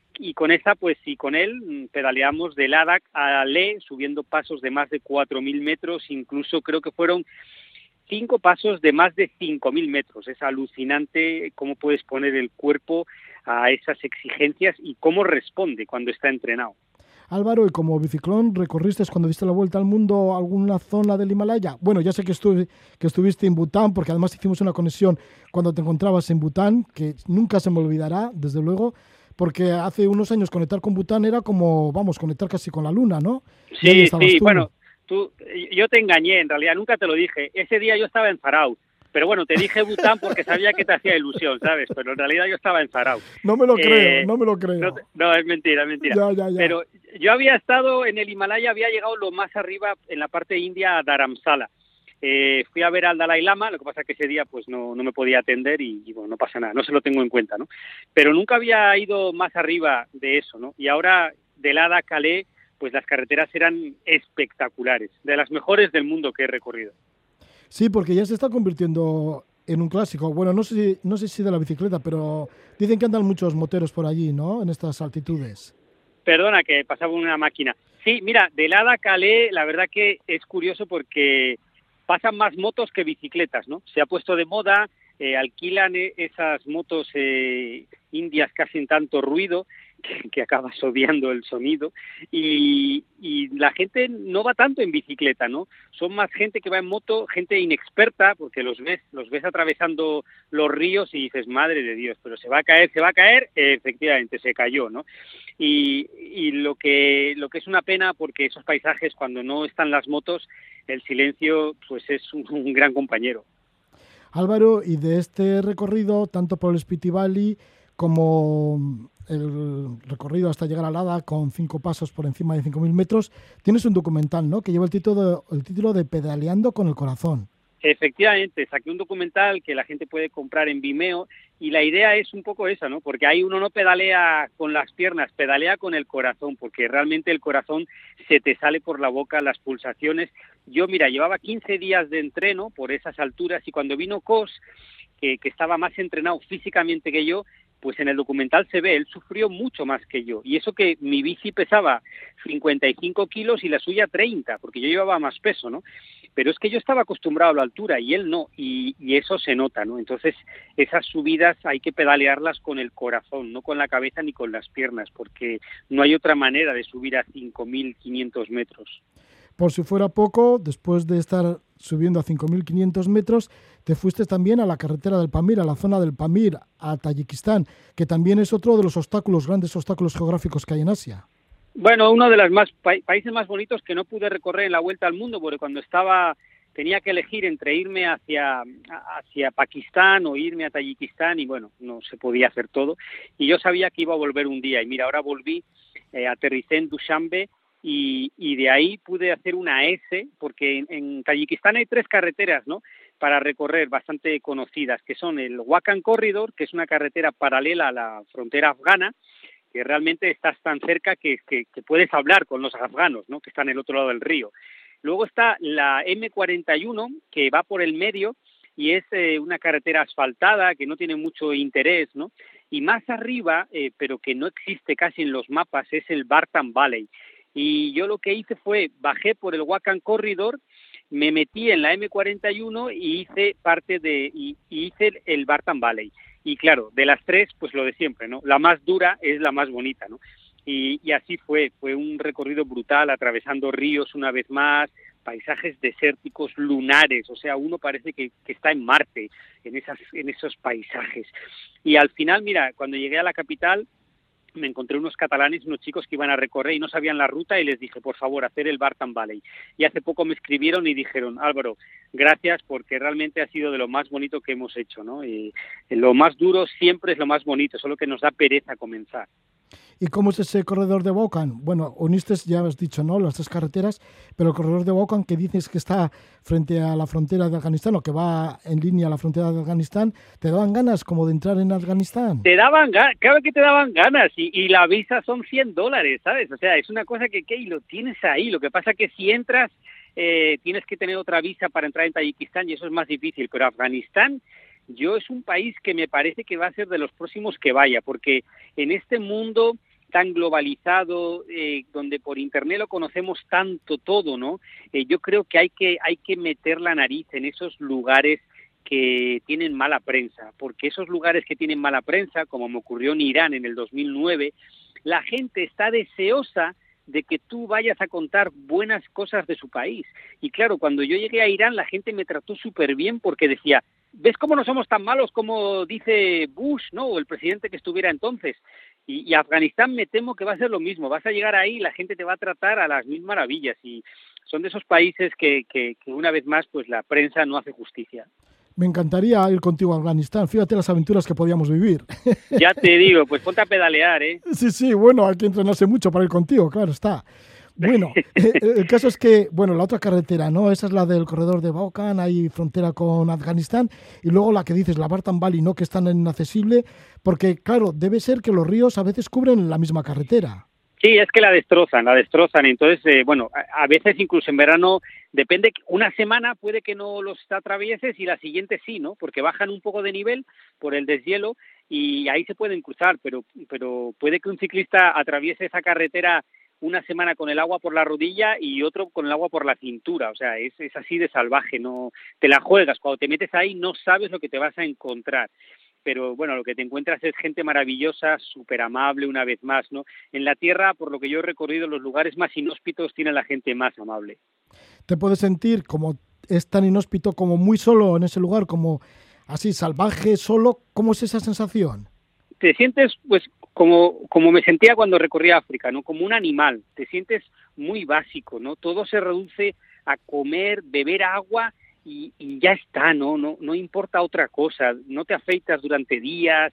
y con esa, pues sí, con él pedaleamos de Ladakh a Leh, subiendo pasos de más de 4.000 metros, incluso creo que fueron 5 pasos de más de 5.000 metros. Es alucinante cómo puedes poner el cuerpo a esas exigencias y cómo responde cuando está entrenado.
Álvaro, y como biciclón, ¿recorriste cuando diste la vuelta al mundo alguna zona del Himalaya? Bueno, ya sé que estuviste en Bután, porque además hicimos una conexión cuando te encontrabas en Bután, que nunca se me olvidará, desde luego, porque hace unos años conectar con Bután era como, vamos, conectar casi con la luna, ¿no?
Sí, bueno, yo te engañé, en realidad, nunca te lo dije. Ese día yo estaba en Zarauz. Pero bueno, te dije Bután porque sabía que te hacía ilusión, ¿sabes? Pero en realidad yo estaba en Zarauz.
No me lo creo.
No, es mentira.
Ya.
Pero yo había estado en el Himalaya, había llegado lo más arriba en la parte india, a Dharamsala. Fui a ver al Dalai Lama, lo que pasa que ese día pues no me podía atender y bueno, no pasa nada, no se lo tengo en cuenta, ¿no? Pero nunca había ido más arriba de eso, ¿no? Y ahora, de Ladakh a Leh, pues las carreteras eran espectaculares, de las mejores del mundo que he recorrido.
Sí, porque ya se está convirtiendo en un clásico. Bueno, no sé si de la bicicleta, pero dicen que andan muchos moteros por allí, ¿no? En estas altitudes.
Perdona, que pasaba una máquina. Sí, mira, de Ladakh a Leh, la verdad que es curioso porque pasan más motos que bicicletas, ¿no? Se ha puesto de moda, alquilan esas motos indias casi en tanto ruido, que acabas odiando el sonido, y la gente no va tanto en bicicleta, ¿no? Son más gente que va en moto, gente inexperta, porque los ves atravesando los ríos y dices, madre de Dios, pero se va a caer, efectivamente, se cayó, ¿no? Y lo que es una pena, porque esos paisajes, cuando no están las motos, el silencio pues es un gran compañero.
Álvaro, y de este recorrido, tanto por el Spiti Valley como el recorrido hasta llegar a Ladakh con 5 pasos por encima de 5.000 metros, tienes un documental, ¿no?, que lleva el título de Pedaleando con el Corazón.
Efectivamente, saqué un documental que la gente puede comprar en Vimeo y la idea es un poco esa, ¿no? Porque ahí uno no pedalea con las piernas, pedalea con el corazón, porque realmente el corazón se te sale por la boca, las pulsaciones. Yo, mira, llevaba 15 días de entreno por esas alturas y cuando vino Kos, que estaba más entrenado físicamente que yo, pues en el documental se ve, él sufrió mucho más que yo. Y eso que mi bici pesaba 55 kilos y la suya 30, porque yo llevaba más peso, ¿no? Pero es que yo estaba acostumbrado a la altura y él no, y eso se nota, ¿no? Entonces, esas subidas hay que pedalearlas con el corazón, no con la cabeza ni con las piernas, porque no hay otra manera de subir a 5.500 metros.
Por si fuera poco, después de estar subiendo a 5.500 metros, te fuiste también a la carretera del Pamir, a la zona del Pamir, a Tayikistán, que también es otro de los grandes obstáculos geográficos que hay en Asia.
Bueno, uno de los países más bonitos que no pude recorrer en la Vuelta al Mundo, porque cuando tenía que elegir entre irme hacia Pakistán o irme a Tayikistán y bueno, no se podía hacer todo. Y yo sabía que iba a volver un día y mira, ahora volví, aterricé en Dushanbe y de ahí pude hacer una S, porque en Tayikistán hay 3 carreteras, ¿no?, para recorrer bastante conocidas, que son el Wakhan Corridor, que es una carretera paralela a la frontera afgana, que realmente estás tan cerca que puedes hablar con los afganos, ¿no?, que están al otro lado del río. Luego está la M41, que va por el medio y es una carretera asfaltada que no tiene mucho interés, ¿no? Y más arriba, pero que no existe casi en los mapas, es el Bartan Valley. Y yo lo que hice fue, bajé por el Wakhan Corridor, me metí en la M41 y hice el Bartan Valley. Y claro, de las 3, pues lo de siempre, ¿no? La más dura es la más bonita, ¿no? Y así fue un recorrido brutal, atravesando ríos una vez más, paisajes desérticos, lunares, o sea, uno parece que está en Marte, en esos paisajes. Y al final, mira, cuando llegué a la capital, me encontré unos catalanes, unos chicos que iban a recorrer y no sabían la ruta y les dije, por favor, hacer el Bartan Valley. Y hace poco me escribieron y dijeron, Álvaro, gracias porque realmente ha sido de lo más bonito que hemos hecho, ¿no? Y lo más duro siempre es lo más bonito, solo que nos da pereza comenzar.
¿Y cómo es ese corredor de Wakhan? Bueno, uniste, ya has dicho, ¿no?, las 3 carreteras, pero el corredor de Wakhan, que dices que está frente a la frontera de Afganistán o que va en línea a la frontera de Afganistán, ¿te daban ganas como de entrar en Afganistán?
Claro que te daban ganas y la visa son $100, ¿sabes? O sea, es una cosa que lo tienes ahí. Lo que pasa que si entras tienes que tener otra visa para entrar en Tayikistán y eso es más difícil, pero Afganistán es un país que me parece que va a ser de los próximos que vaya, porque en este mundo tan globalizado, donde por internet lo conocemos tanto todo, ¿no? Yo creo que hay que meter la nariz en esos lugares que tienen mala prensa, porque esos lugares que tienen mala prensa, como me ocurrió en Irán en el 2009, la gente está deseosa de que tú vayas a contar buenas cosas de su país. Y claro, cuando yo llegué a Irán, la gente me trató súper bien porque decía, ¿ves cómo no somos tan malos como dice Bush, ¿no? O el presidente que estuviera entonces? Y Afganistán me temo que va a ser lo mismo. Vas a llegar ahí y la gente te va a tratar a las mil maravillas. Y son de esos países que una vez más, pues la prensa no hace justicia.
Me encantaría ir contigo a Afganistán. Fíjate las aventuras que podíamos vivir.
Ya te digo, pues ponte a pedalear, ¿eh?
Sí, bueno, hay que entrenarse mucho para ir contigo, claro está. Bueno, el caso es que, bueno, la otra carretera, ¿no? Esa es la del corredor de Baokan, hay frontera con Afganistán, y luego la que dices, la Bartan Valley, ¿no? Que es tan inaccesible, porque, claro, debe ser que los ríos a veces cubren la misma carretera.
Sí, es que la destrozan, entonces, bueno, a veces incluso en verano, depende, una semana puede que no los atravieses y la siguiente sí, ¿no? Porque bajan un poco de nivel por el deshielo y ahí se pueden cruzar, pero puede que un ciclista atraviese esa carretera una semana con el agua por la rodilla y otro con el agua por la cintura, o sea, es así de salvaje, no te la juegas, cuando te metes ahí no sabes lo que te vas a encontrar. Pero bueno, lo que te encuentras es gente maravillosa, súper amable una vez más, ¿no? En la tierra, por lo que yo he recorrido, los lugares más inhóspitos tienen la gente más amable.
Te puedes sentir como es tan inhóspito, como muy solo en ese lugar, como así salvaje, solo. ¿Cómo es esa sensación?
Te sientes pues como me sentía cuando recorría África, ¿no? Como un animal, te sientes muy básico, ¿no? Todo se reduce a comer, beber agua y ya está, no importa otra cosa, no te afeitas durante días,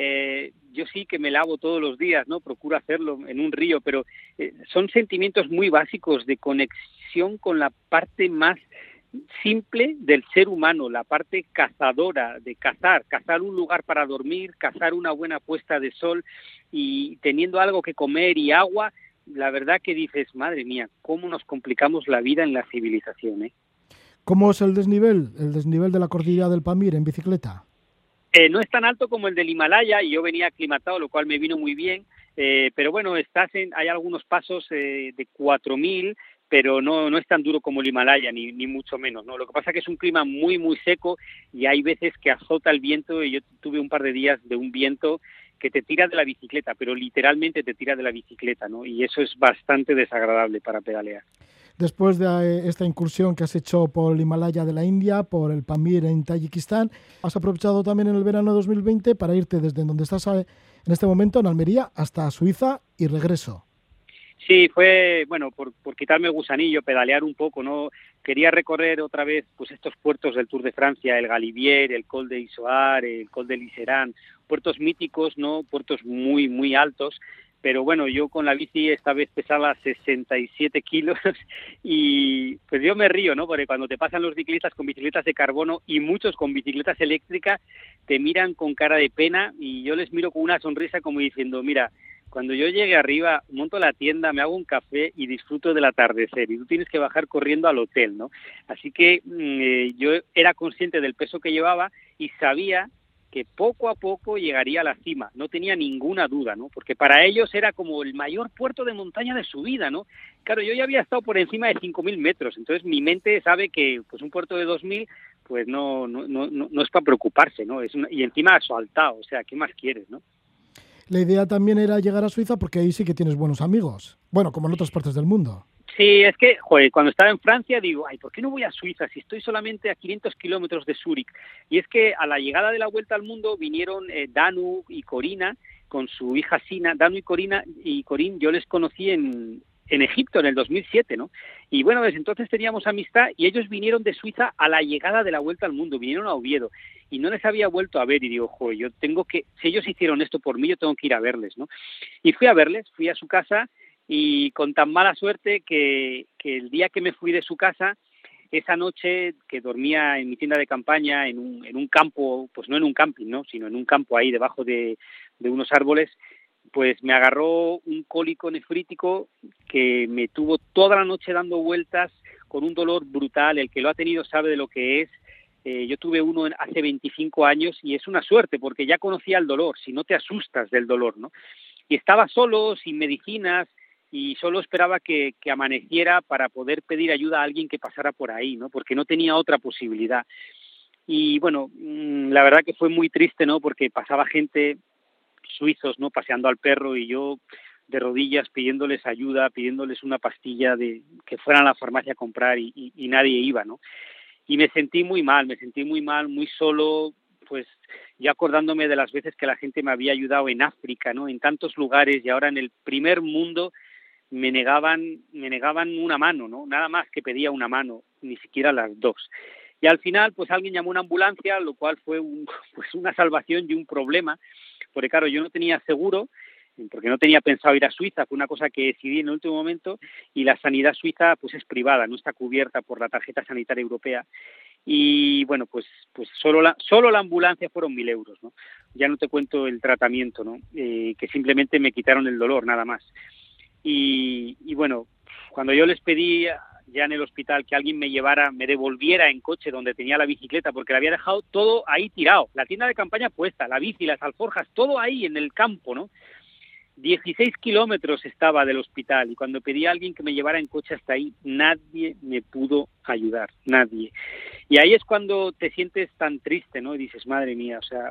yo sí que me lavo todos los días, ¿no? Procuro hacerlo en un río, pero son sentimientos muy básicos de conexión con la parte más simple del ser humano, la parte cazadora, de cazar un lugar para dormir, cazar una buena puesta de sol y teniendo algo que comer y agua, la verdad que dices, madre mía, cómo nos complicamos la vida en la civilización, ¿eh?
¿Cómo es el desnivel de la cordillera del Pamir en bicicleta?
No es tan alto como el del Himalaya y yo venía aclimatado, lo cual me vino muy bien, pero bueno, hay algunos pasos de 4.000, pero no es tan duro como el Himalaya, ni mucho menos, ¿no? Lo que pasa es que es un clima muy, muy seco y hay veces que azota el viento y yo tuve un par de días de un viento que te tira de la bicicleta, pero literalmente te tira de la bicicleta, ¿no? Y eso es bastante desagradable para pedalear.
Después de esta incursión que has hecho por el Himalaya de la India, por el Pamir en Tayikistán, has aprovechado también en el verano de 2020 para irte desde donde estás en este momento, en Almería, hasta Suiza y regreso.
Sí, fue, bueno, por quitarme el gusanillo, pedalear un poco, ¿no? Quería recorrer otra vez pues estos puertos del Tour de Francia, el Galibier, el Col de Isoar, el Col de Liseran, puertos míticos, ¿no? Puertos muy, muy altos. Pero bueno, yo con la bici esta vez pesaba 67 kilos y pues yo me río, ¿no? Porque cuando te pasan los ciclistas con bicicletas de carbono y muchos con bicicletas eléctricas, te miran con cara de pena y yo les miro con una sonrisa como diciendo, mira, cuando yo llegue arriba, monto la tienda, me hago un café y disfruto del atardecer y tú tienes que bajar corriendo al hotel, ¿no? Así que yo era consciente del peso que llevaba y sabía que poco a poco llegaría a la cima, no tenía ninguna duda, ¿no? Porque para ellos era como el mayor puerto de montaña de su vida, ¿no? Claro, yo ya había estado por encima de 5.000 metros, entonces mi mente sabe que pues un puerto de 2.000 pues no es para preocuparse, ¿no? Y encima asfaltado, o sea, ¿qué más quieres, no?
La idea también era llegar a Suiza porque ahí sí que tienes buenos amigos, bueno, como en otras partes del mundo.
Sí, es que, joder, cuando estaba en Francia digo, ay, ¿por qué no voy a Suiza si estoy solamente a 500 kilómetros de Zúrich? Y es que a la llegada de la Vuelta al Mundo vinieron Danu y Corina con su hija Sina. Danu y Corín yo les conocí en Egipto en el 2007, ¿no? Y bueno, desde entonces teníamos amistad y ellos vinieron de Suiza a la llegada de la Vuelta al Mundo, vinieron a Oviedo y no les había vuelto a ver y digo, joder, yo tengo que, si ellos hicieron esto por mí, yo tengo que ir a verles, ¿no? Y fui a verles, fui a su casa y con tan mala suerte que el día que me fui de su casa, esa noche que dormía en mi tienda de campaña en un campo, pues no en un camping, ¿no? Sino en un campo ahí debajo de unos árboles, pues me agarró un cólico nefrítico que me tuvo toda la noche dando vueltas con un dolor brutal. El que lo ha tenido sabe de lo que es. Yo tuve uno hace 25 años y es una suerte porque ya conocía el dolor, si no te asustas del dolor, ¿no? estaba solo, sin medicinas, y solo esperaba que amaneciera para poder pedir ayuda a alguien que pasara por ahí, ¿no? Porque no tenía otra posibilidad. Y bueno, la verdad que fue muy triste, ¿no? Porque pasaba gente, suizos, ¿no? Paseando al perro, y yo de rodillas pidiéndoles ayuda, pidiéndoles una pastilla de que fueran a la farmacia a comprar, y nadie iba, ¿no? Y me sentí muy mal, muy solo, pues ya acordándome de las veces que la gente me había ayudado en África, ¿no? En tantos lugares, y ahora en el primer mundo me negaban una mano, ¿no? Nada más que pedía una mano, ni siquiera las dos. Y al final, pues alguien llamó a una ambulancia, lo cual fue pues una salvación y un problema, porque claro, yo no tenía seguro, porque no tenía pensado ir a Suiza, fue una cosa que decidí en el último momento, y la sanidad suiza pues es privada, no está cubierta por la tarjeta sanitaria europea. Y bueno, pues solo la ambulancia fueron 1.000 euros, ¿no? Ya no te cuento el tratamiento, ¿no? Que simplemente me quitaron el dolor, nada más. Y bueno, cuando yo les pedí ya en el hospital que alguien me devolviera en coche donde tenía la bicicleta, porque la había dejado todo ahí tirado, la tienda de campaña puesta, la bici, las alforjas, todo ahí en el campo, ¿no? 16 kilómetros estaba del hospital, y cuando pedí a alguien que me llevara en coche hasta ahí, nadie me pudo ayudar, nadie. Y ahí es cuando te sientes tan triste, ¿no? Y dices, madre mía, o sea,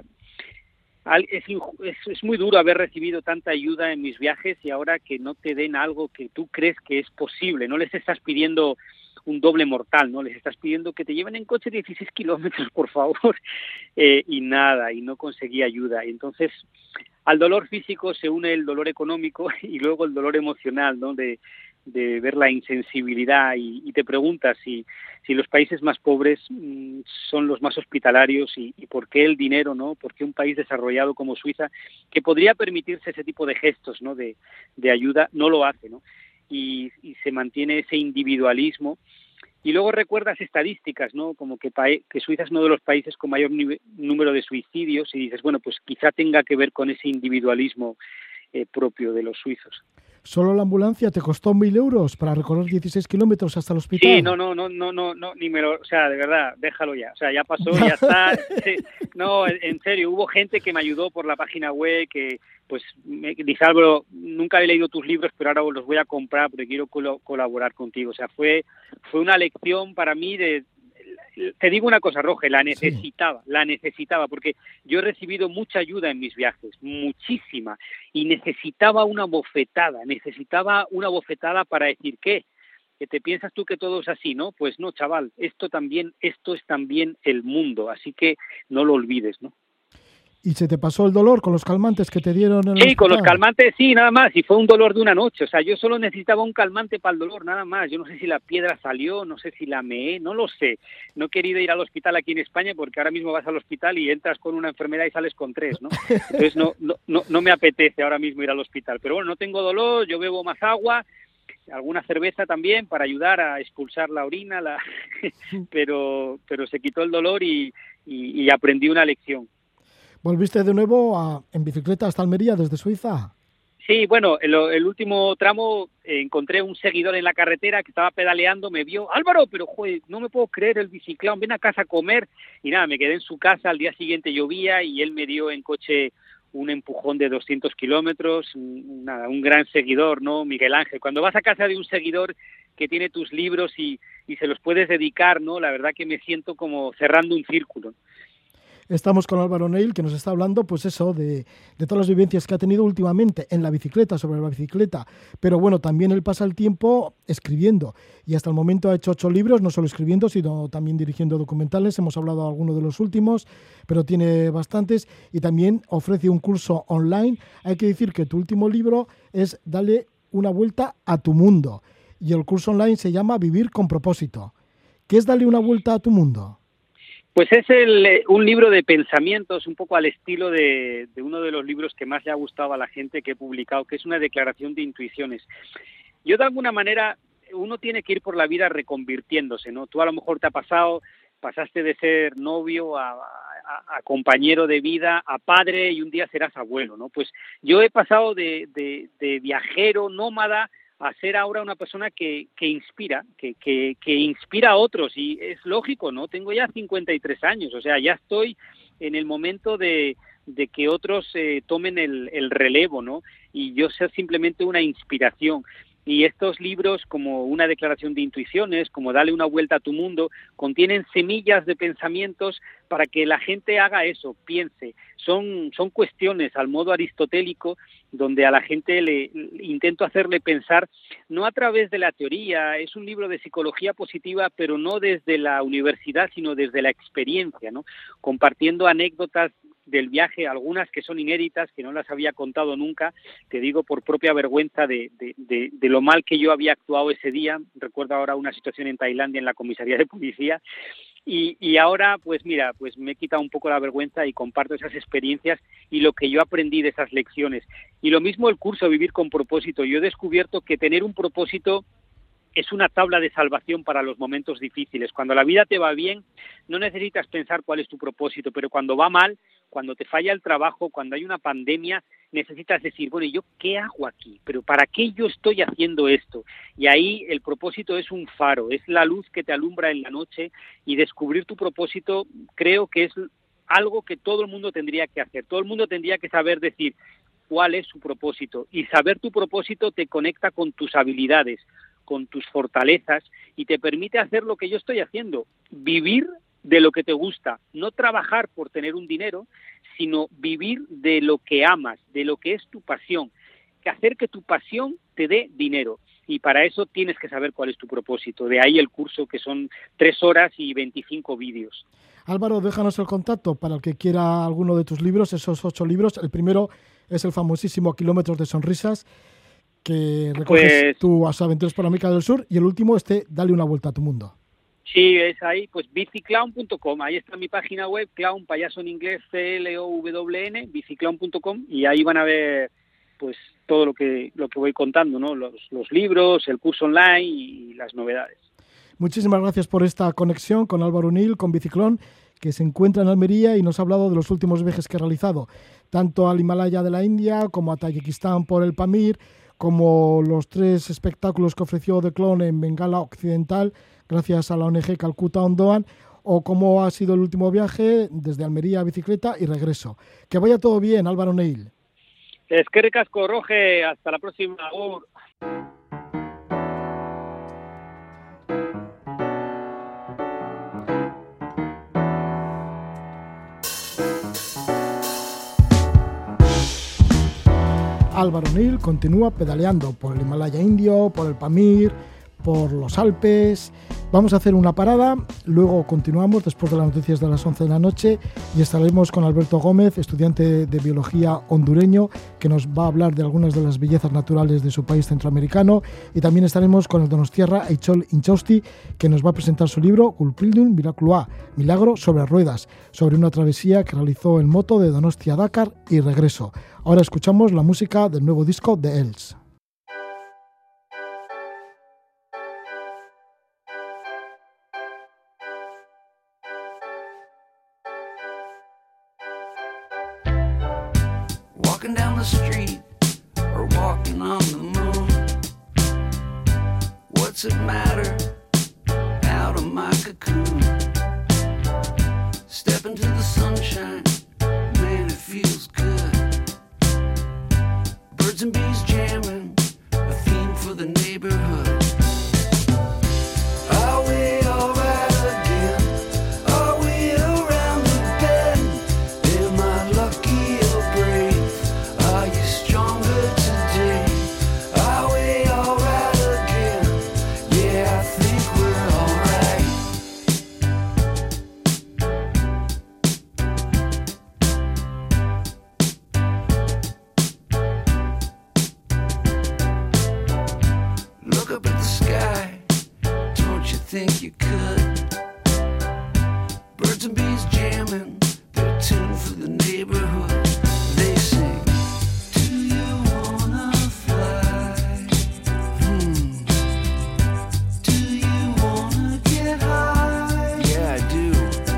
es muy duro haber recibido tanta ayuda en mis viajes, y ahora que no te den algo que tú crees que es posible. No les estás pidiendo un doble mortal, ¿no? Les estás pidiendo que te lleven en coche 16 kilómetros, por favor, y nada, y no conseguí ayuda. Y entonces, al dolor físico se une el dolor económico y luego el dolor emocional, ¿no? De ver la insensibilidad, y te preguntas si los países más pobres son los más hospitalarios, y por qué el dinero, ¿no? ¿Por qué un país desarrollado como Suiza, que podría permitirse ese tipo de gestos, ¿no? de ayuda, no lo hace, ¿no? Y se mantiene ese individualismo. Y luego recuerdas estadísticas, ¿no? Como que Suiza es uno de los países con mayor número de suicidios, y dices, bueno, pues quizá tenga que ver con ese individualismo propio de los suizos.
¿Solo la ambulancia te costó 1.000 euros para recorrer 16 kilómetros hasta el hospital?
Sí, no, ni me lo... O sea, de verdad, déjalo ya. O sea, ya pasó, ya está. Sí, no, en serio, hubo gente que me ayudó por la página web, que pues me dice, Álvaro, nunca he leído tus libros, pero ahora los voy a comprar porque quiero colaborar contigo. O sea, fue una lección para mí de... Te digo una cosa, Roge, la necesitaba, porque yo he recibido mucha ayuda en mis viajes, muchísima, y necesitaba una bofetada para decir, ¿qué? ¿Que te piensas tú que todo es así, no? Pues no, chaval, esto es también el mundo, así que no lo olvides, ¿no?
¿Y se te pasó el dolor con los calmantes que te dieron en el hospital?
Sí, con los calmantes sí, nada más, y fue un dolor de una noche. O sea, yo solo necesitaba un calmante para el dolor, nada más. Yo no sé si la piedra salió, no sé si la meé, no lo sé. No he querido ir al hospital aquí en España, porque ahora mismo vas al hospital y entras con una enfermedad y sales con 3, ¿no? Entonces no me apetece ahora mismo ir al hospital. Pero bueno, no tengo dolor, yo bebo más agua, alguna cerveza también para ayudar a expulsar la orina, pero se quitó el dolor, y aprendí una lección.
¿Volviste de nuevo en bicicleta hasta Almería desde Suiza?
Sí, bueno, el último tramo encontré un seguidor en la carretera que estaba pedaleando, me vio, Álvaro, pero joder, no me puedo creer el biciclón, ven a casa a comer. Y nada, me quedé en su casa, al día siguiente llovía y él me dio en coche un empujón de 200 kilómetros, un gran seguidor, ¿no? Miguel Ángel. Cuando vas a casa de un seguidor que tiene tus libros y se los puedes dedicar, ¿no? La verdad que me siento como cerrando un círculo.
Estamos con Álvaro Neil, que nos está hablando, pues eso, de todas las vivencias que ha tenido últimamente en la bicicleta, sobre la bicicleta. Pero bueno, también él pasa el tiempo escribiendo. Y hasta el momento ha hecho 8 libros, no solo escribiendo, sino también dirigiendo documentales. Hemos hablado de algunos de los últimos, pero tiene bastantes. Y también ofrece un curso online. Hay que decir que tu último libro es Dale una vuelta a tu mundo. Y el curso online se llama Vivir con propósito. ¿Qué es Dale una vuelta a tu mundo?
Pues es un libro de pensamientos, un poco al estilo de uno de los libros que más le ha gustado a la gente que he publicado, que es una declaración de intuiciones. Yo, de alguna manera, uno tiene que ir por la vida reconvirtiéndose, ¿no? Tú a lo mejor pasaste de ser novio a compañero de vida, a padre, y un día serás abuelo, ¿no? Pues yo he pasado de viajero, nómada, a ser ahora una persona que inspira, que inspira a otros, y es lógico, ¿no? Tengo ya 53 años, o sea, ya estoy en el momento de que otros tomen el relevo, ¿no? y yo ser simplemente una inspiración. Y estos libros, como Una declaración de intuiciones, como Dale una vuelta a tu mundo, contienen semillas de pensamientos para que la gente haga eso, piense. Son cuestiones al modo aristotélico, donde a la gente intento hacerle pensar, no a través de la teoría. Es un libro de psicología positiva, pero no desde la universidad, sino desde la experiencia, ¿no? Compartiendo anécdotas del viaje, algunas que son inéditas, que no las había contado nunca, te digo por propia vergüenza de lo mal que yo había actuado ese día. Recuerdo ahora una situación en Tailandia en la comisaría de policía y ahora pues mira, pues me he quitado un poco la vergüenza y comparto esas experiencias y lo que yo aprendí de esas lecciones. Y lo mismo el curso Vivir con propósito. Yo he descubierto que tener un propósito es una tabla de salvación para los momentos difíciles. Cuando la vida te va bien, no necesitas pensar cuál es tu propósito, pero cuando va mal, cuando te falla el trabajo, cuando hay una pandemia, necesitas decir, bueno, ¿y yo qué hago aquí? ¿Pero para qué yo estoy haciendo esto? Y ahí el propósito es un faro, es la luz que te alumbra en la noche, y descubrir tu propósito creo que es algo que todo el mundo tendría que hacer. Todo el mundo tendría que saber decir cuál es su propósito, y saber tu propósito te conecta con tus habilidades, con tus fortalezas, y te permite hacer lo que yo estoy haciendo, vivir de lo que te gusta, no trabajar por tener un dinero, sino vivir de lo que amas, de lo que es tu pasión, que hacer que tu pasión te dé dinero. Y para eso tienes que saber cuál es tu propósito. De ahí el curso, que son 3 horas y 25 vídeos.
Álvaro, déjanos el contacto para el que quiera alguno de tus libros, esos 8 libros. El primero es el famosísimo Kilómetros de Sonrisas, que recoges tus aventuras por América del Sur, y el último, Dale una vuelta a tu mundo.
Sí, es ahí, pues biciclown.com, ahí está mi página web, clown, payaso en inglés, CLOWN, biciclown.com, y ahí van a ver pues todo lo que voy contando, ¿no? Los libros, el curso online y las novedades.
Muchísimas gracias por esta conexión con Álvaro Nil, con Biciclón, que se encuentra en Almería y nos ha hablado de los últimos viajes que ha realizado, tanto al Himalaya de la India como a Tayikistán por el Pamir, como los 3 espectáculos que ofreció The Clone en Bengala Occidental gracias a la ONG Calcuta Ondoan, o cómo ha sido el último viaje desde Almería a bicicleta y regreso. Que vaya todo bien, Álvaro Neil.
Eskerrik asko, Roge, hasta la próxima.
Álvaro Nil continúa pedaleando por el Himalaya indio, por el Pamir, por los Alpes. Vamos a hacer una parada, luego continuamos después de las noticias de las 11 de la noche y estaremos con Alberto Gómez, estudiante de biología hondureño, que nos va a hablar de algunas de las bellezas naturales de su país centroamericano, y también estaremos con el donostiarra Eichol Inchausti, que nos va a presentar su libro Culpildum Miraculoa, Milagro sobre ruedas, sobre una travesía que realizó en moto de Donostia a Dakar y regreso. Ahora escuchamos la música del nuevo disco de Els.
Walking down the street or walking on the moon. What's it matter? Out of my cocoon. Step into the sunshine, man, it feels good. Birds and bees jamming, a theme for the neighborhood. Are we alright again? Are we around the bend? Am I lucky or brave? Are you stronger today? Are we alright again? Yeah, I think we're alright. Look up at the sky, don't you think you could? Birds and bees jamming, their tune for the neighborhood. They sing, do you wanna fly? Do you wanna get high? Yeah, I do.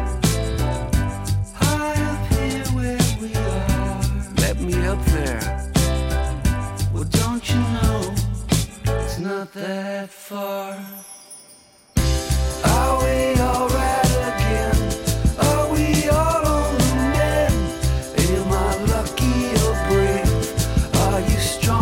High up here where we are. Let me up there. Well, don't you know it's not that far? Are we alright again? Are we all on the mend? Am I lucky or brave? Are you strong?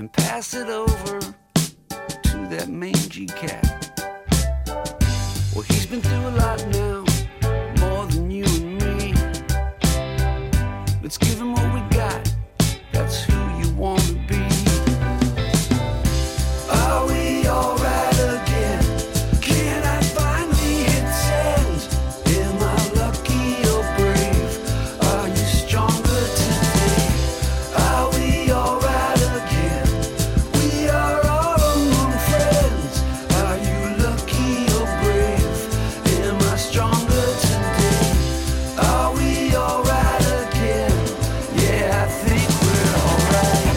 and pass it over to that mangy cat. Well, he's been through a lot now, more than you and me. Let's give him what we got, that's who you want to be. Are we alright again? Can I finally hit send? Am I lucky or brave? Are you stronger today? Are we alright again? We are all among friends. Are you lucky or brave? Am I stronger today? Are we alright again? Yeah, I think we're alright.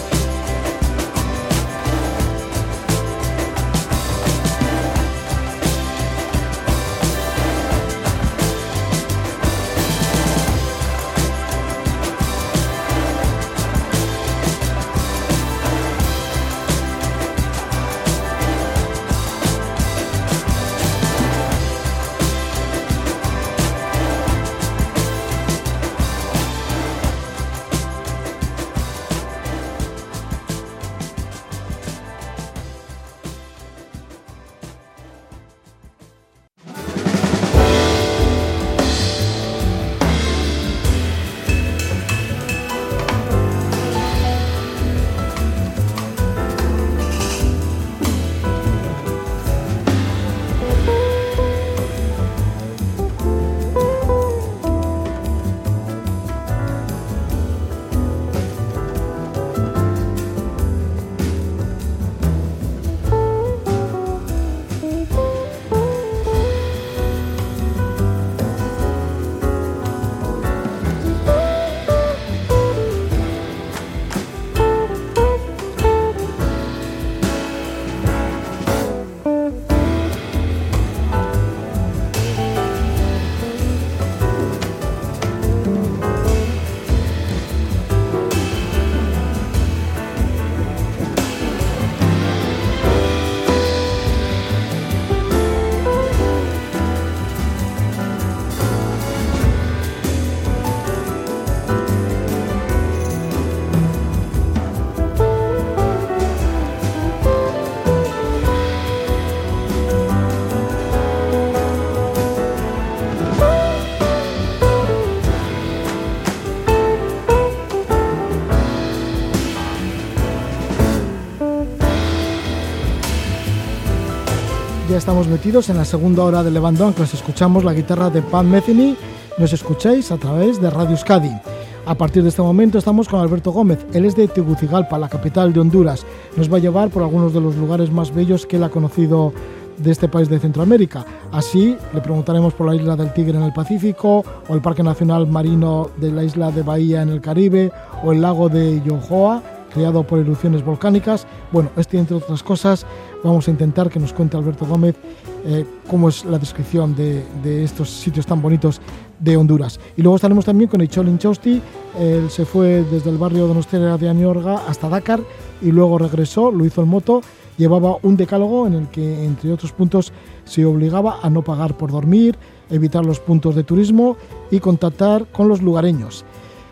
Ya estamos metidos en la segunda hora de Levando Anclas. Escuchamos la guitarra de Pat Metheny. Nos escucháis a través de Radio Euskadi. A partir de este momento estamos con Alberto Gómez. Él es de Tegucigalpa, la capital de Honduras. Nos va a llevar por algunos de los lugares más bellos que él ha conocido de este país de Centroamérica. Así le preguntaremos por la isla del Tigre en el Pacífico, o el Parque Nacional Marino de la isla de Bahía en el Caribe, o el lago de Yohoa, creado por erupciones volcánicas. Bueno, entre otras cosas, vamos a intentar que nos cuente Alberto Gómez cómo es la descripción de estos sitios tan bonitos de Honduras. Y luego estaremos también con Echol Inchausti. Él se fue desde el barrio Donostia de Añorga hasta Dakar y luego regresó, lo hizo en moto. Llevaba un decálogo en el que, entre otros puntos, se obligaba a no pagar por dormir, evitar los puntos de turismo y contactar con los lugareños.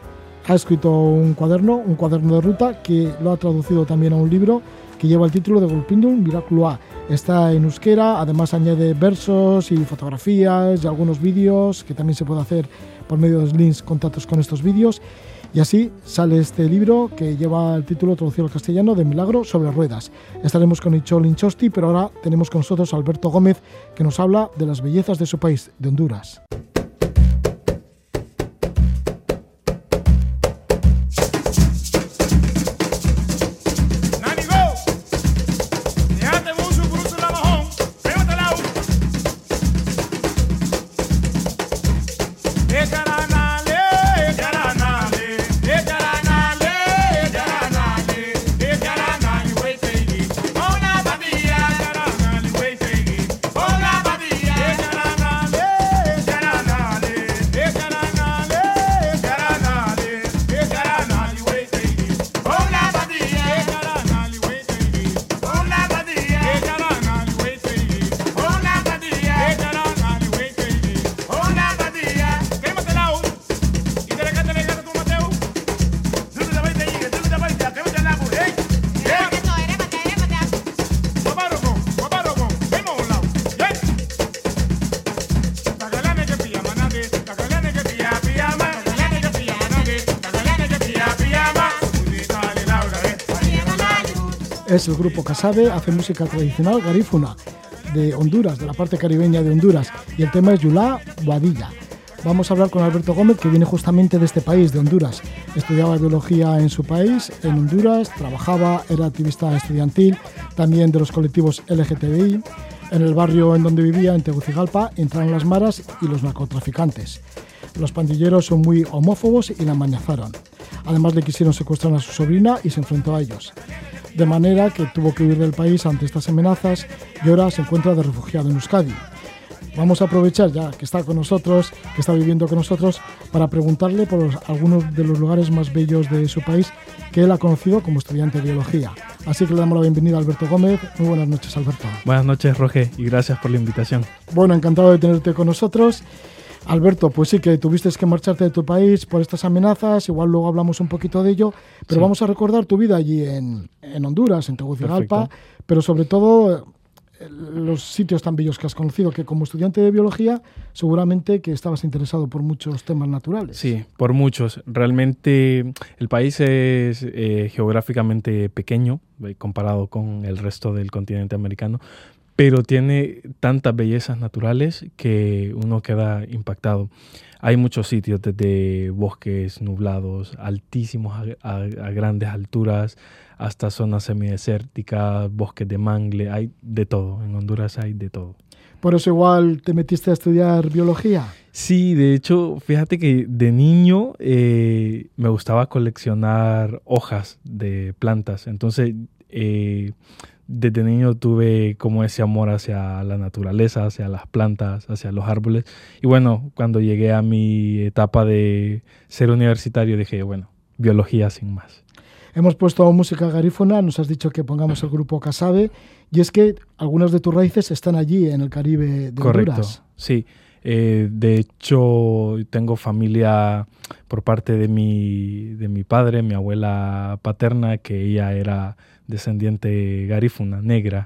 Ha escrito un cuaderno de ruta, que lo ha traducido también a un libro que lleva el título de Golpindun Miraculua. Está en euskera, además añade versos y fotografías y algunos vídeos que también se puede hacer por medio de links, contactos con estos vídeos. Y así sale este libro que lleva el título traducido al castellano de Milagro sobre ruedas. Estaremos con Echol Inchausti, pero ahora tenemos con nosotros a Alberto Gómez, que nos habla de las bellezas de su país, de Honduras.
Hola,
es el grupo Casabe, hace música tradicional garífuna de Honduras, de la parte caribeña de Honduras, y el tema es Yulá Boadilla. Vamos a hablar con Alberto Gómez, que viene justamente de este país, de Honduras. Estudiaba biología en su país, en Honduras, trabajaba, era activista estudiantil, también de los colectivos LGTBI. En el barrio en donde vivía, en Tegucigalpa, entraron las maras y los narcotraficantes. Los pandilleros son muy homófobos y la amenazaron. Además, le quisieron secuestrar a su sobrina y se enfrentó a ellos. De manera que tuvo que huir del país ante estas amenazas y ahora se encuentra de refugiado en Euskadi. Vamos a aprovechar ya que está con nosotros, que está viviendo con nosotros, para preguntarle por algunos de los lugares más bellos de su país que él ha conocido como estudiante de biología. Así que le damos la bienvenida a Alberto Gómez. Muy buenas noches, Alberto.
Buenas noches, Roger, y gracias por la invitación.
Bueno, encantado de tenerte con nosotros. Alberto, pues sí que tuviste que marcharte de tu país por estas amenazas, igual luego hablamos un poquito de ello, pero sí, vamos a recordar tu vida allí en Honduras, en Tegucigalpa, perfecto, pero sobre todo los sitios tan bellos que has conocido, que como estudiante de biología seguramente que estabas interesado por muchos temas naturales.
Sí, por muchos. Realmente el país es geográficamente pequeño comparado con el resto del continente americano, pero tiene tantas bellezas naturales que uno queda impactado. Hay muchos sitios, desde bosques nublados, altísimos a grandes alturas, hasta zonas semidesérticas, bosques de mangle, hay de todo. En Honduras hay de todo.
¿Por eso igual te metiste a estudiar biología?
Sí, de hecho, fíjate que de niño me gustaba coleccionar hojas de plantas. Entonces, desde niño tuve como ese amor hacia la naturaleza, hacia las plantas, hacia los árboles. Y bueno, cuando llegué a mi etapa de ser universitario, dije, bueno, biología sin más.
Hemos puesto música garífuna, nos has dicho que pongamos el grupo Casabe, y es que algunas de tus raíces están allí, en el Caribe de Honduras.
Correcto, sí. De hecho, tengo familia por parte de mi padre, mi abuela paterna, que ella era descendiente garífuna, negra.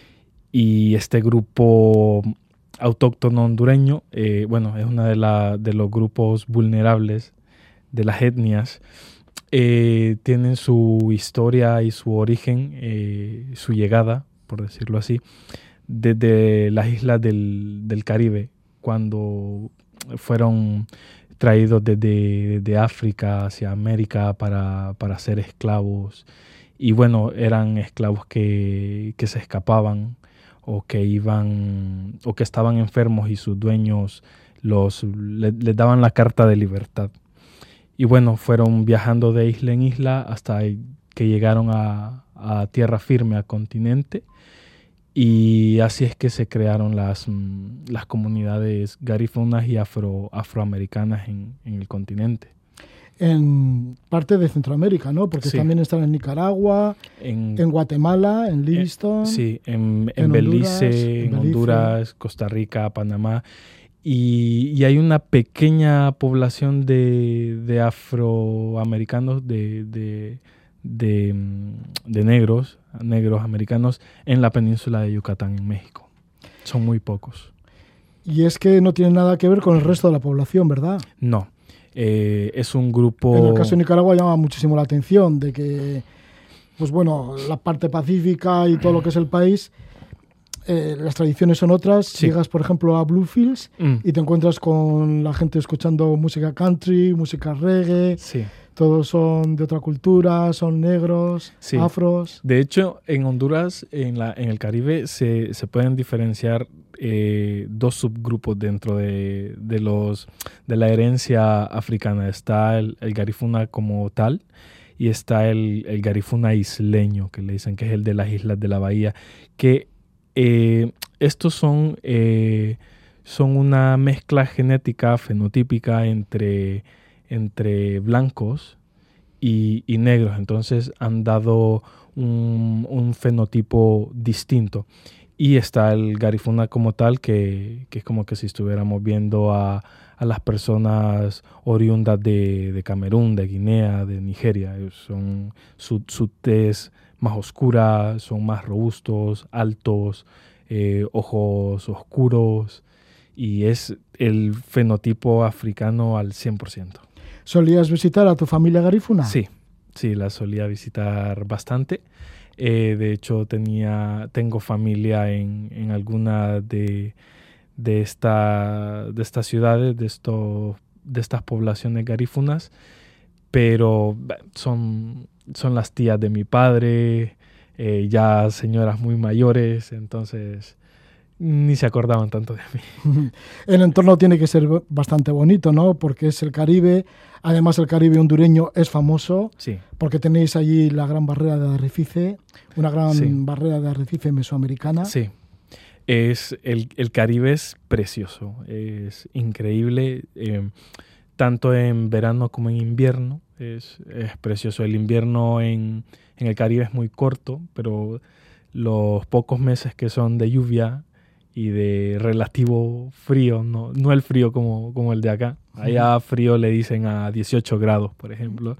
Y este grupo autóctono hondureño, bueno, es uno de los grupos vulnerables de las etnias. Tienen su historia y su origen, su llegada, por decirlo así, desde las islas del Caribe, cuando fueron traídos desde África hacia América para ser esclavos. Y bueno, eran esclavos que se escapaban o que estaban enfermos y sus dueños les daban la carta de libertad. Y bueno, fueron viajando de isla en isla hasta que llegaron a tierra firme, a continente. Y así es que se crearon las comunidades garífunas y afroamericanas en el continente.
En parte de Centroamérica, ¿no? Porque sí, también están en Nicaragua, en Guatemala, en Livingstone.
Sí, en Belice, en Honduras, Costa Rica, Panamá. Y hay una pequeña población de afroamericanos, de negros americanos en la península de Yucatán, en México. Son muy pocos.
Y es que no tiene nada que ver con el resto de la población, ¿verdad?
No. Es un grupo...
En el caso de Nicaragua llama muchísimo la atención de que, pues bueno, la parte pacífica y todo lo que es el país, las tradiciones son otras. Sí. Llegas, por ejemplo, a Bluefields y te encuentras con la gente escuchando música country, música reggae. Sí. Todos son de otra cultura, son negros, sí, afros.
De hecho, en Honduras, en el Caribe, se pueden diferenciar dos subgrupos dentro de la herencia africana. Está el garífuna como tal y está el garífuna isleño, que le dicen que es el de las islas de la bahía, que estos son una mezcla genética fenotípica entre blancos y negros. Entonces han dado un fenotipo distinto. Y está el garífuna como tal, que es como que si estuviéramos viendo a las oriundas de Camerún, de Guinea, de Nigeria. Son su tez más oscura, son más robustos, altos, ojos oscuros, y es el fenotipo africano al 100%.
¿Solías visitar a tu familia garífuna?
Sí, Sí, la solía visitar bastante. De hecho, tengo familia en alguna de estas ciudades, de estas poblaciones garífunas, pero son las tías de mi padre, ya señoras muy mayores, entonces ni se acordaban tanto de mí.
El entorno tiene que ser bastante bonito, ¿no? Porque es el Caribe. Además, el Caribe hondureño es famoso,
Sí,
porque tenéis allí la gran barrera de arrecife, una gran
Sí.
barrera de arrecife mesoamericana.
sí. El Caribe es precioso, es increíble, tanto en verano como en invierno, es precioso. El invierno en el Caribe es muy corto, pero los pocos meses que son de lluvia y de relativo frío, no el frío como el de acá, allá frío le dicen a 18 grados, por ejemplo,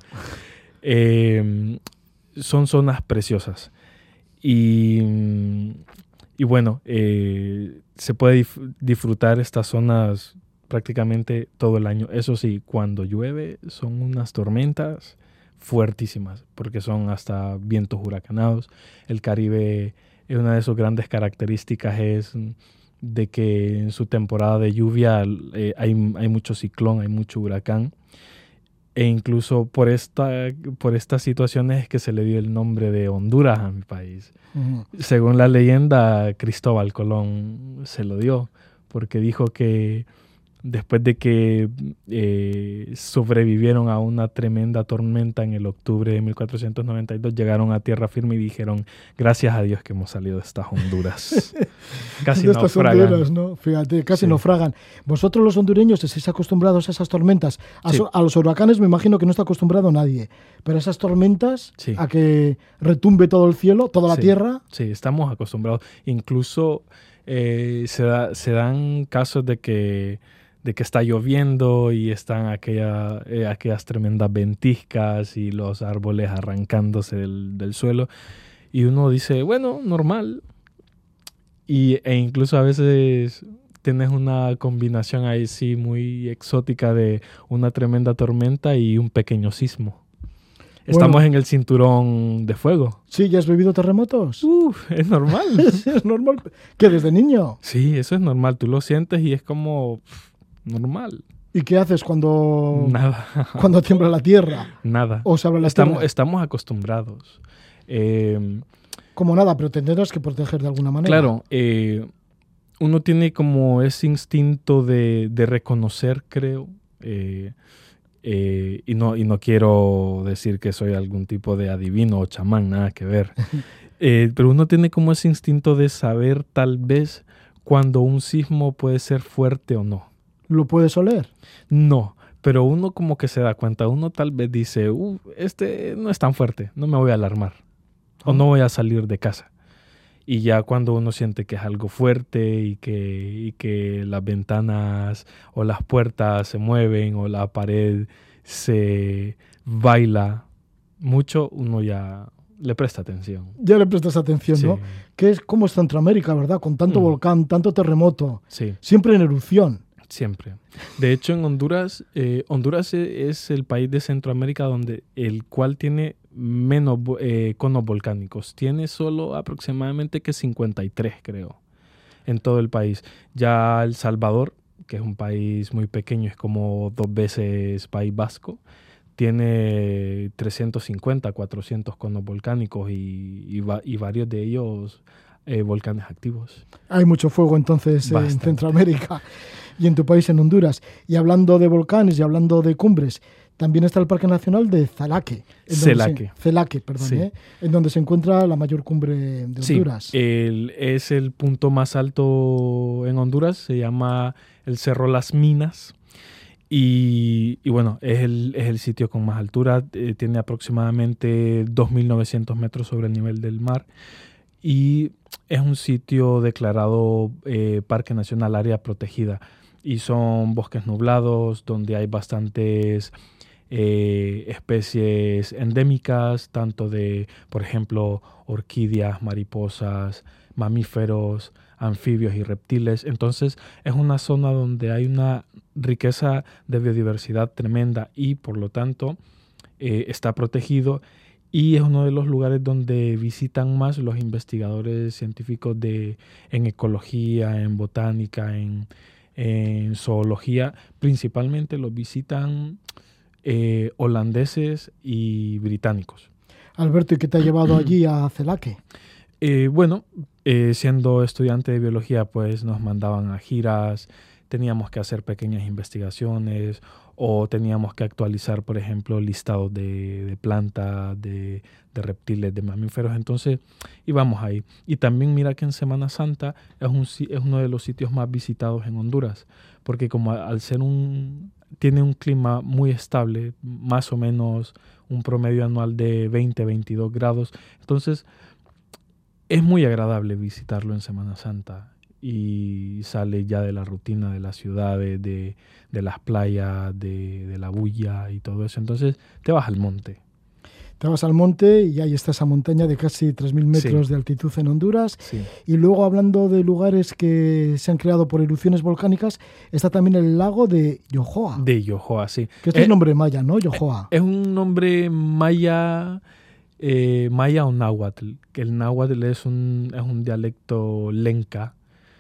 son zonas preciosas. Y bueno, se puede disfrutar estas zonas prácticamente todo el año. Eso sí, cuando llueve son unas tormentas fuertísimas, porque son hasta vientos huracanados. El Caribe, una de sus grandes características es de que en su temporada de lluvia hay mucho ciclón, hay mucho huracán. E incluso por estas situaciones es que se le dio el nombre de Honduras a mi país.
Ujú.
Según la leyenda, Cristóbal Colón se lo dio, porque dijo que después de que sobrevivieron a una tremenda tormenta en el octubre de 1492, llegaron a tierra firme y dijeron, gracias a Dios que hemos salido de estas Honduras. Casi
De estas
naufragan.
Honduras, ¿no? Fíjate, casi
Sí.
naufragan. Vosotros los hondureños estáis acostumbrados a esas tormentas.
Sí.
A los huracanes me imagino que no está acostumbrado nadie. Pero esas tormentas,
Sí.
a que retumbe todo el cielo, toda la
Sí.
tierra.
Sí, estamos acostumbrados. Incluso se dan casos de que está lloviendo y están aquellas tremendas ventiscas y los árboles arrancándose del suelo. Y uno dice, bueno, normal. E incluso a veces tienes una combinación ahí sí muy exótica de una tremenda tormenta y un pequeño sismo. Estamos
Bueno.
en el cinturón de fuego.
Sí, ¿ya has vivido terremotos?
Es normal.
Sí, es normal. ¿Qué, desde niño?
Sí, eso es normal. Tú lo sientes y es como normal.
¿Y qué haces cuando
Nada.
tiembla la tierra?
Nada.
¿O se abre la tierra?
Estamos acostumbrados.
Como nada, pero tendrás que proteger de alguna manera.
Claro, uno tiene como ese instinto de reconocer, creo. Y no quiero decir que soy algún tipo de adivino o chamán, nada que ver. Pero uno tiene como ese instinto de saber tal vez cuando un sismo puede ser fuerte o no.
¿Lo puedes oler?
No, pero uno como que se da cuenta. Uno tal vez dice, este no es tan fuerte, no me voy a alarmar. O no voy a salir de casa. Y ya cuando uno siente que es algo fuerte y que las ventanas o las puertas se mueven o la pared se baila mucho, uno ya le presta atención.
Ya le prestas atención, ¿no?
Sí,
Que es como es Centroamérica, ¿verdad? Con tanto volcán, tanto terremoto,
sí,
siempre en erupción.
siempre. De hecho, en Honduras, Honduras es el país de Centroamérica el cual tiene menos conos volcánicos. Tiene solo aproximadamente que 53, creo, en todo el país. Ya El Salvador, que es un país muy pequeño, es como 2 veces País Vasco, tiene 350, 400 conos volcánicos y varios de ellos volcanes activos.
Hay mucho fuego entonces en
Bastante.
Centroamérica y en tu país, en Honduras. Y hablando de volcanes y hablando de cumbres, también está el Parque Nacional de Celaque. Celaque, perdón,
Sí.
en donde se encuentra la mayor cumbre de Honduras.
Sí, es el punto más alto en Honduras, se llama el Cerro Las Minas y bueno, es el sitio con más altura, tiene aproximadamente 2.900 metros sobre el nivel del mar y es un sitio declarado Parque Nacional Área Protegida y son bosques nublados donde hay bastantes especies endémicas, tanto de, por ejemplo, orquídeas, mariposas, mamíferos, anfibios y reptiles. Entonces es una zona donde hay una riqueza de biodiversidad tremenda y por lo tanto está protegido y es uno de los lugares donde visitan más los investigadores científicos en ecología, en botánica, en zoología. Principalmente los visitan holandeses y británicos.
Alberto, ¿y qué te ha llevado allí a Celaque?
Siendo estudiante de biología, pues nos mandaban a giras, teníamos que hacer pequeñas investigaciones o teníamos que actualizar, por ejemplo, listados de plantas, de reptiles, de mamíferos. Entonces íbamos ahí. Y también mira que en Semana Santa es uno de los sitios más visitados en Honduras, porque como al ser tiene un clima muy estable, más o menos un promedio anual de 20-22 grados, entonces es muy agradable visitarlo en Semana Santa y sale ya de la rutina de las ciudades, de las playas, de la bulla y todo eso. Entonces te vas al monte.
Te vas al monte y ahí está esa montaña de casi 3.000 metros
Sí.
de altitud en Honduras.
Sí.
Y luego, hablando de lugares que se han creado por erupciones volcánicas, está también el lago de Yohoa,
De Yohoa, sí.
que esto es nombre maya, ¿no? Yohoa.
Es un nombre maya o náhuatl, que el náhuatl es un dialecto lenca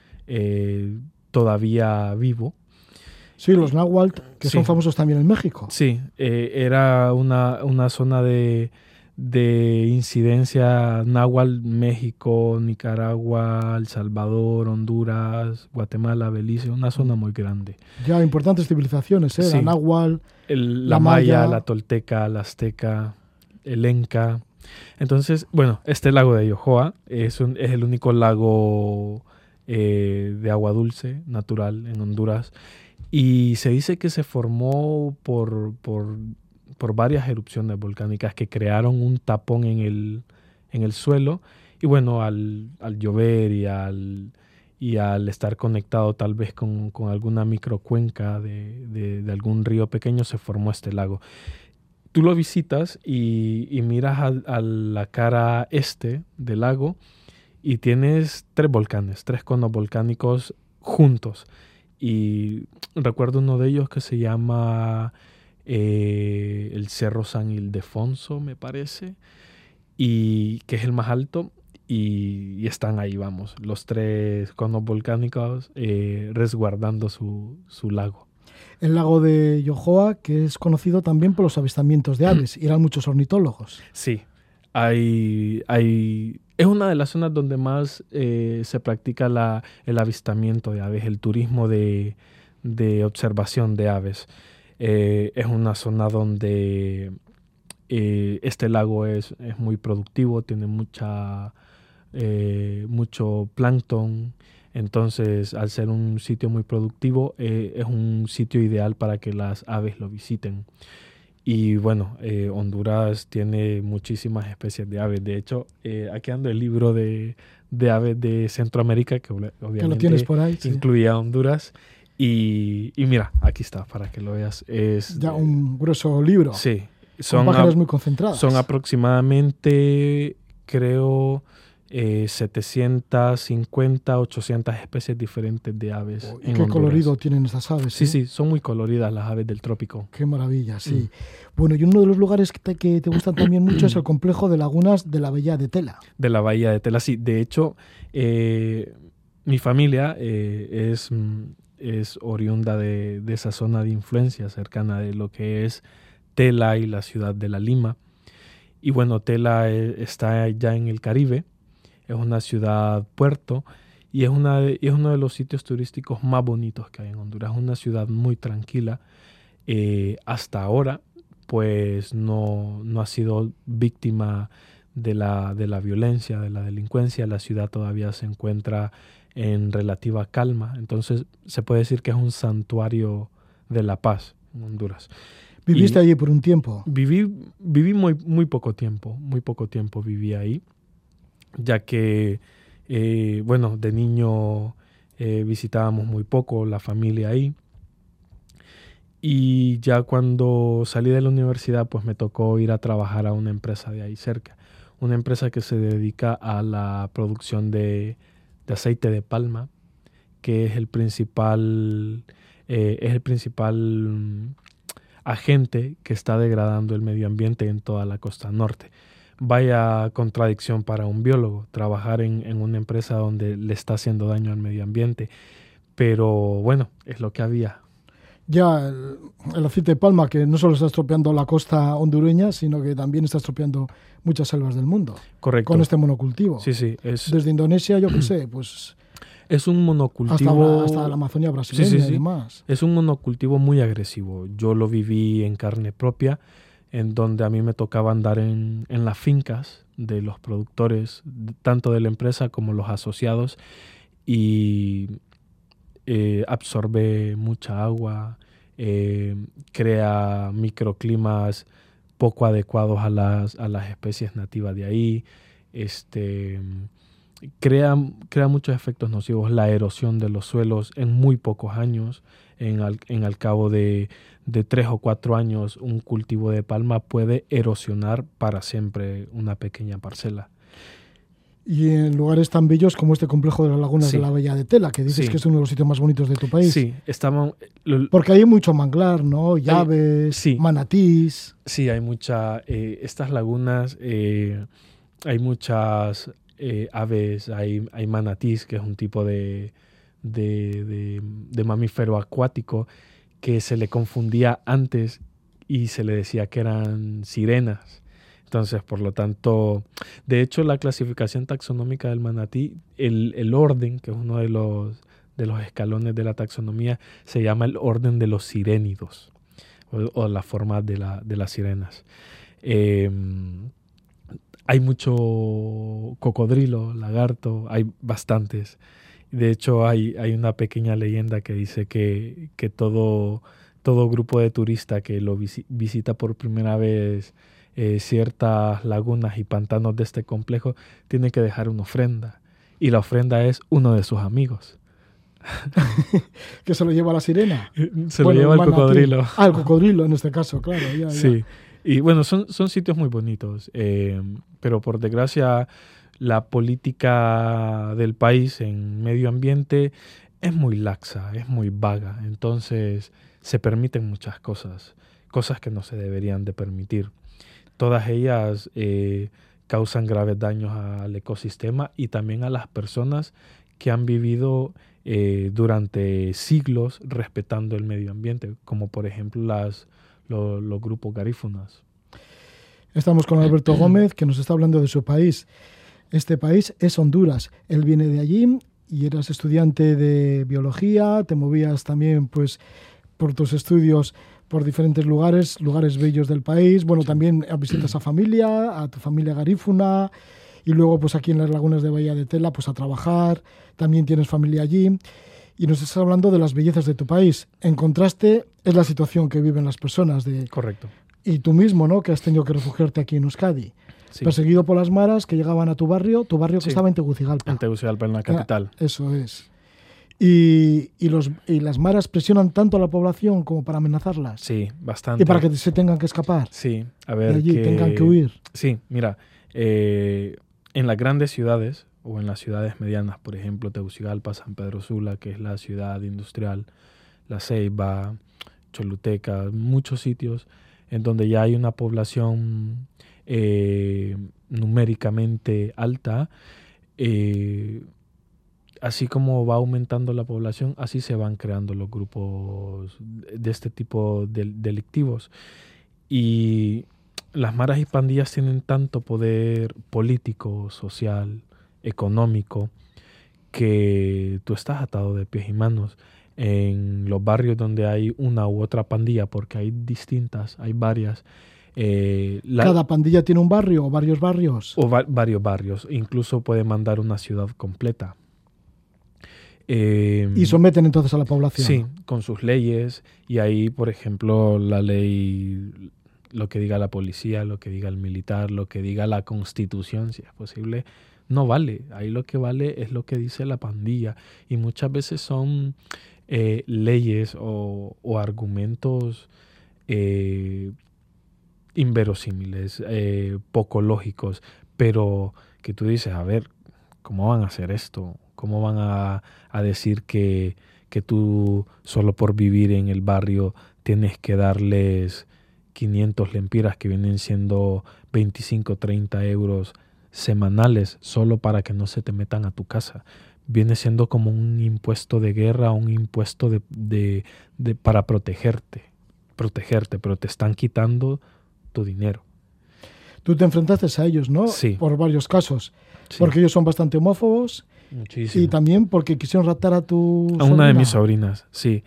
todavía vivo.
Sí, los náhuatl, que son
Sí.
famosos también en México.
Sí, era una zona de incidencia náhuatl, México, Nicaragua, El Salvador, Honduras, Guatemala, Belice, una zona muy grande.
Ya importantes civilizaciones, ¿eh?
Sí.
La náhuatl.
La
La
maya,
maya.
la tolteca, la azteca, el enca. Entonces, bueno, este lago de Yohoa es el único lago de agua dulce natural en Honduras. Y se dice que se formó por varias erupciones volcánicas que crearon un tapón en el suelo. Y bueno, al llover y al estar conectado tal vez con alguna microcuenca de algún río pequeño, se formó este lago. Tú lo visitas y miras a la cara este del lago y tienes 3 volcanes, 3 conos volcánicos juntos. Y recuerdo uno de ellos que se llama el Cerro San Ildefonso, me parece, y que es el más alto. Y están ahí, vamos, los 3 conos volcánicos resguardando su lago.
El lago de Yohoa, que es conocido también por los avistamientos de aves. Irán muchos ornitólogos.
Sí, es una de las zonas donde más se practica el avistamiento de aves, el turismo de observación de aves. Es una zona donde este lago es muy productivo, tiene mucho plancton. Entonces, al ser un sitio muy productivo, es un sitio ideal para que las aves lo visiten. Y bueno, Honduras tiene muchísimas especies de aves. De hecho, aquí ando el libro de aves de Centroamérica, que obviamente
Que lo tienes por ahí, sí.
incluía Honduras. Y mira, aquí está, para que lo veas. Es
Ya un grueso libro.
Sí.
Con páginas muy concentradas.
Son aproximadamente, creo, 750, 800 especies diferentes de aves en
Qué
Honduras.
colorido tienen estas aves.
Sí,
¿eh?
sí, son muy coloridas las aves del trópico.
Qué maravilla, sí. Bueno, y uno de los lugares que te gustan también mucho es el complejo de lagunas de la Bahía de Tela.
De la Bahía de Tela, sí. De hecho, mi familia es oriunda de esa zona de influencia cercana de lo que es Tela y la ciudad de La Lima. Y bueno, Tela está ya en el Caribe. Es una ciudad puerto y es uno de los sitios turísticos más bonitos que hay en Honduras. Es una ciudad muy tranquila. Hasta ahora, pues no ha sido víctima de la violencia, de la delincuencia. La ciudad todavía se encuentra en relativa calma. Entonces, se puede decir que es un santuario de la paz en Honduras.
¿Viviste allí por un tiempo?
Viví muy poco tiempo viví ahí, ya que, de niño visitábamos muy poco la familia ahí. Y ya cuando salí de la universidad, pues me tocó ir a trabajar a una empresa de ahí cerca. Una empresa que se dedica a la producción de aceite de palma, que es el principal gente que está degradando el medio ambiente en toda la costa norte. Vaya contradicción para un biólogo, trabajar en una empresa donde le está haciendo daño al medio ambiente. Pero bueno, es lo que había.
Ya el aceite de palma, que no solo está estropeando la costa hondureña, sino que también está estropeando muchas selvas del mundo.
Correcto.
Con este monocultivo.
Sí, sí.
Desde Indonesia, yo qué sé, pues...
Es un monocultivo...
Hasta la Amazonia brasileña
sí, sí, sí.
y demás.
Es un monocultivo muy agresivo. Yo lo viví en carne propia, en donde a mí me tocaba andar en las fincas de los productores, tanto de la empresa como los asociados, y absorbe mucha agua, crea microclimas poco adecuados a las especies nativas de ahí, crea muchos efectos nocivos, la erosión de los suelos en muy pocos años. Al cabo de 3 o 4 años, un cultivo de palma puede erosionar para siempre una pequeña parcela.
Y en lugares tan bellos como este complejo de las lagunas
Sí.
de la Bahía de Tela, que dices
Sí.
que es uno de los sitios más bonitos de tu país.
Sí,
Porque hay mucho manglar, ¿no? Llaves,
sí.
manatís.
Sí, hay estas lagunas, hay muchas aves, hay manatís, que es un tipo de mamífero acuático que se le confundía antes y se le decía que eran sirenas. Entonces, por lo tanto, de hecho, la clasificación taxonómica del manatí, el orden, que es uno de los escalones de la taxonomía, se llama el orden de los sirénidos, o la forma de las sirenas. Hay mucho cocodrilo, lagarto, hay bastantes. De hecho, hay una pequeña leyenda que dice que todo grupo de turista que lo visita por primera vez ciertas lagunas y pantanos de este complejo tiene que dejar una ofrenda. Y la ofrenda es uno de sus amigos.
Que se lo lleva la sirena.
Lo lleva el cocodrilo.
El cocodrilo en este caso, claro. Ya.
Sí. Y bueno, son sitios muy bonitos. Pero por desgracia, la política del país en medio ambiente es muy laxa, es muy vaga. Entonces se permiten muchas cosas que no se deberían de permitir. Todas ellas causan graves daños al ecosistema y también a las personas que han vivido durante siglos respetando el medio ambiente, como por ejemplo los grupos garífunas.
Estamos con Alberto Gómez, que nos está hablando de su país. Este país es Honduras. Él viene de allí y eras estudiante de biología, te movías también pues por tus estudios por diferentes lugares bellos del país. Bueno, también visitas a tu familia garífuna, y luego pues aquí en las lagunas de Bahía de Tela pues a trabajar. También tienes familia allí y nos estás hablando de las bellezas de tu país. En contraste es la situación que viven las personas
Correcto.
Y tú mismo, ¿no? Que has tenido que refugiarte aquí en Euskadi.
Sí.
Perseguido por las maras que llegaban a tu barrio que
Sí.
estaba en Tegucigalpa.
En Tegucigalpa, en la capital.
Eso es. Y las maras presionan tanto a la población como para amenazarlas.
Sí, bastante.
Y para que se tengan que escapar.
Sí, a ver,
de allí, tengan que huir.
Sí, mira, en las grandes ciudades o en las ciudades medianas, por ejemplo, Tegucigalpa, San Pedro Sula, que es la ciudad industrial, La Ceiba, Choluteca, muchos sitios en donde ya hay una población numéricamente alta. Así como va aumentando la población, así se van creando los grupos de este tipo delictivos. Y las maras y pandillas tienen tanto poder político, social, económico, que tú estás atado de pies y manos. En los barrios donde hay una u otra pandilla, porque hay distintas, hay varias.
¿Cada pandilla tiene un barrio o varios barrios?
O varios barrios. Incluso puede mandar una ciudad completa.
Y someten entonces a la población.
Sí, con sus leyes. Y ahí, por ejemplo, la ley, lo que diga la policía, lo que diga el militar, lo que diga la Constitución, si es posible, no vale. Ahí lo que vale es lo que dice la pandilla. Y muchas veces son leyes o argumentos inverosímiles, poco lógicos, pero que tú dices, a ver, ¿cómo van a hacer esto? ¿Cómo van a decir que que tú solo por vivir en el barrio tienes que darles 500 lempiras, que vienen siendo 25, 30 euros semanales, solo para que no se te metan a tu casa. Viene siendo como un impuesto de guerra, un impuesto para protegerte, pero te están quitando tu dinero.
Tú te enfrentaste a ellos, ¿no?
Sí.
Por varios casos.
Sí.
Porque ellos son bastante homófobos.
Muchísimo.
Y también porque quisieron raptar a tu
A
sobrina.
una de mis sobrinas, sí.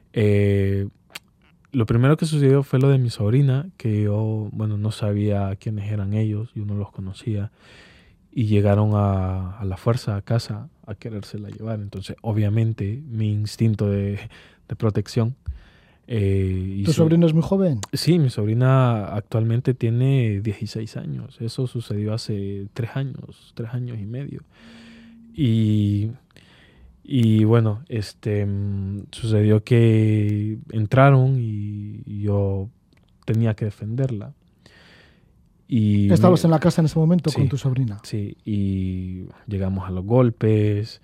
Lo primero que sucedió fue lo de mi sobrina, que yo, no sabía quiénes eran ellos, yo no los conocía, y llegaron a la fuerza a casa a querérsela llevar. Entonces, obviamente, mi instinto de protección.
¿Tu sobrina es muy joven?
Sí, mi sobrina actualmente tiene 16 años. Eso sucedió hace 3 años y medio. Y bueno, sucedió que entraron y yo tenía que defenderla.
¿Estabas en la casa en ese momento
sí,
con tu sobrina?
Sí, y llegamos a los golpes.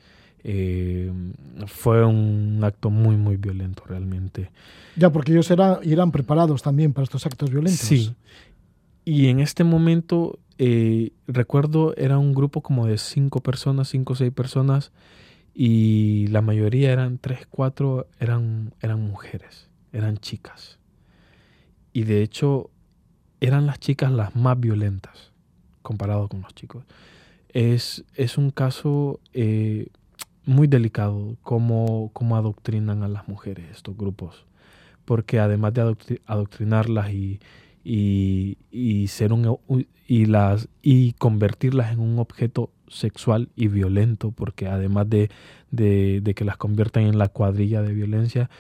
Fue un acto muy, muy violento realmente.
Ya, porque ellos eran preparados también para estos actos violentos.
Sí, y en este momento, recuerdo, era un grupo como de 5 o 6 personas, y la mayoría eran 3, 4, eran mujeres, eran chicas. Y de hecho, eran las chicas las más violentas comparado con los chicos. Es un caso muy delicado cómo adoctrinan a las mujeres estos grupos, porque además de adoctrinarlas y convertirlas en un objeto sexual y violento, porque además de que las conviertan en la cuadrilla de violencia,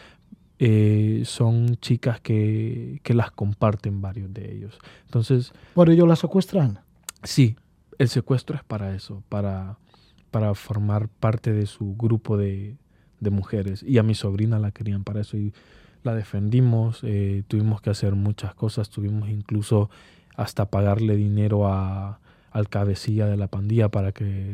son chicas que las comparten varios de ellos. Entonces,
¿por ello las secuestran?
Sí, el secuestro es para eso, para formar parte de su grupo de mujeres. Y a mi sobrina la querían para eso y la defendimos. Tuvimos que hacer muchas cosas, tuvimos incluso hasta pagarle dinero al cabecilla de la pandilla para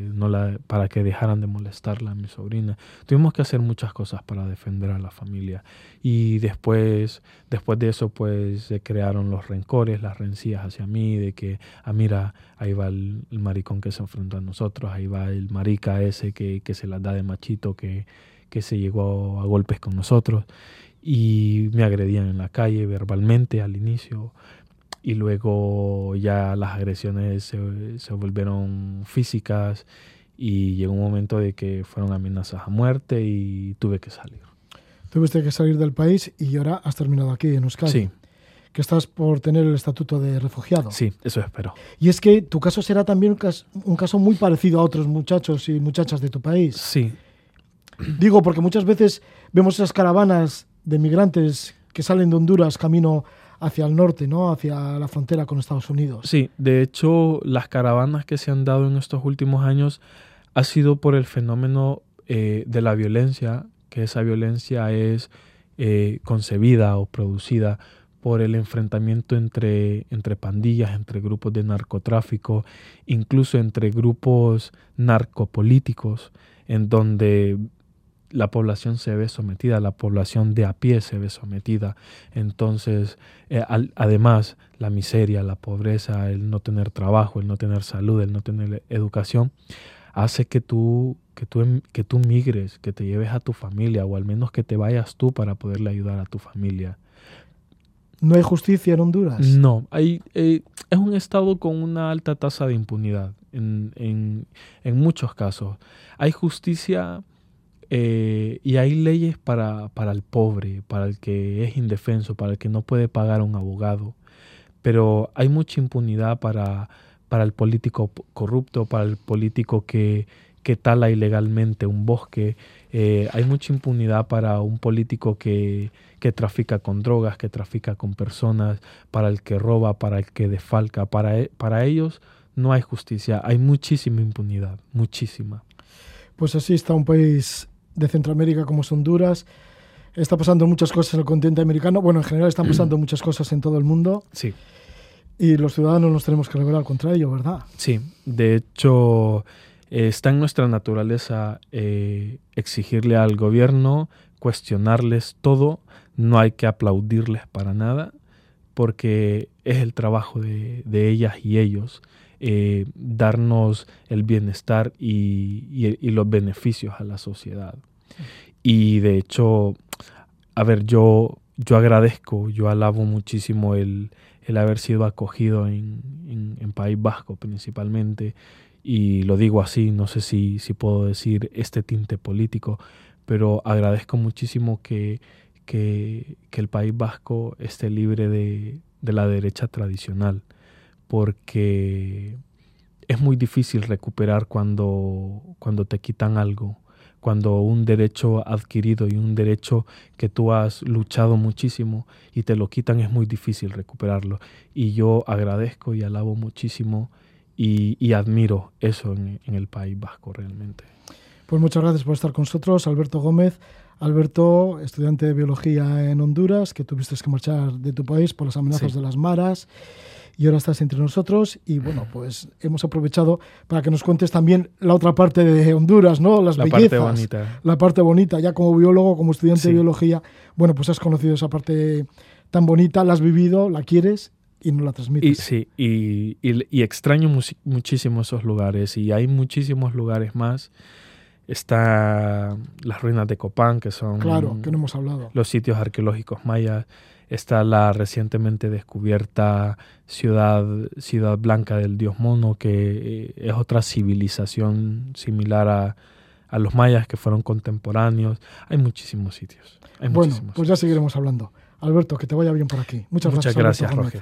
que dejaran de molestarla a mi sobrina. Tuvimos que hacer muchas cosas para defender a la familia. Y después de eso, pues se crearon los rencores, las rencillas hacia mí, de que, mira, ahí va el maricón que se enfrentó a nosotros, ahí va el marica ese que se las da de machito, que se llegó a golpes con nosotros. Y me agredían en la calle verbalmente al inicio. Y luego ya las agresiones se volvieron físicas y llegó un momento de que fueron amenazas a muerte y tuve que salir.
Tuviste que salir del país y ahora has terminado aquí en Euskadi.
Sí.
Que estás por tener el estatuto de refugiado.
Sí, eso espero.
Y es que tu caso será también un caso muy parecido a otros muchachos y muchachas de tu país.
Sí.
Digo, porque muchas veces vemos esas caravanas de migrantes que salen de Honduras camino hacia el norte, ¿no? Hacia la frontera con Estados Unidos.
Sí, de hecho, las caravanas que se han dado en estos últimos años ha sido por el fenómeno de la violencia, que esa violencia es concebida o producida por el enfrentamiento entre pandillas, entre grupos de narcotráfico, incluso entre grupos narcopolíticos, en donde la población se ve sometida, la población de a pie se ve sometida. Entonces, además, la miseria, la pobreza, el no tener trabajo, el no tener salud, el no tener educación, hace que tú migres, que te lleves a tu familia, o al menos que te vayas tú para poderle ayudar a tu familia.
¿No hay justicia en Honduras?
No, es un estado con una alta tasa de impunidad en muchos casos. Hay justicia y hay leyes para el pobre, para el que es indefenso, para el que no puede pagar a un abogado, pero hay mucha impunidad para el político corrupto, para el político que tala ilegalmente un bosque. Hay mucha impunidad para un político que trafica con drogas, que trafica con personas, para el que roba, para el que defalca. Para ellos no hay justicia, hay muchísima impunidad, muchísima.
Pues así está un país de Centroamérica como es Honduras. Está pasando muchas cosas en el continente americano. Bueno, en general están pasando muchas cosas en todo el mundo.
Sí.
Y los ciudadanos nos tenemos que rebelar contra ello, ¿verdad?
Sí, de hecho, Está en nuestra naturaleza exigirle al gobierno, cuestionarles todo, no hay que aplaudirles para nada, porque es el trabajo de ellas y ellos darnos el bienestar y los beneficios a la sociedad. Y de hecho, a ver, yo agradezco, yo alabo muchísimo el haber sido acogido en País Vasco principalmente, y lo digo así, no sé si puedo decir este tinte político, pero agradezco muchísimo que el País Vasco esté libre de la derecha tradicional, porque es muy difícil recuperar cuando te quitan algo, cuando un derecho adquirido y un derecho que tú has luchado muchísimo y te lo quitan, es muy difícil recuperarlo. Y yo agradezco y alabo muchísimo y admiro eso en el País Vasco realmente.
Pues muchas gracias por estar con nosotros, Alberto Gómez. Alberto, estudiante de biología en Honduras, que tuviste que marchar de tu país por las amenazas de las maras, y ahora estás entre nosotros. Y bueno, pues hemos aprovechado para que nos cuentes también la otra parte de Honduras, ¿no? Las bellezas,
parte bonita.
La parte bonita. Ya como biólogo, como estudiante de biología, bueno, pues has conocido esa parte tan bonita, la has vivido, la quieres y nos la transmites.
Y extraño muchísimo esos lugares, y hay muchísimos lugares más. Está las ruinas de Copán, que son
claro, que no hemos hablado.
Los sitios arqueológicos mayas. Está la recientemente descubierta ciudad blanca del dios Mono, que es otra civilización similar a los mayas, que fueron contemporáneos. Hay muchísimos sitios.
Bueno, pues ya seguiremos hablando. Alberto, que te vaya bien por aquí. Muchas
gracias, Roger.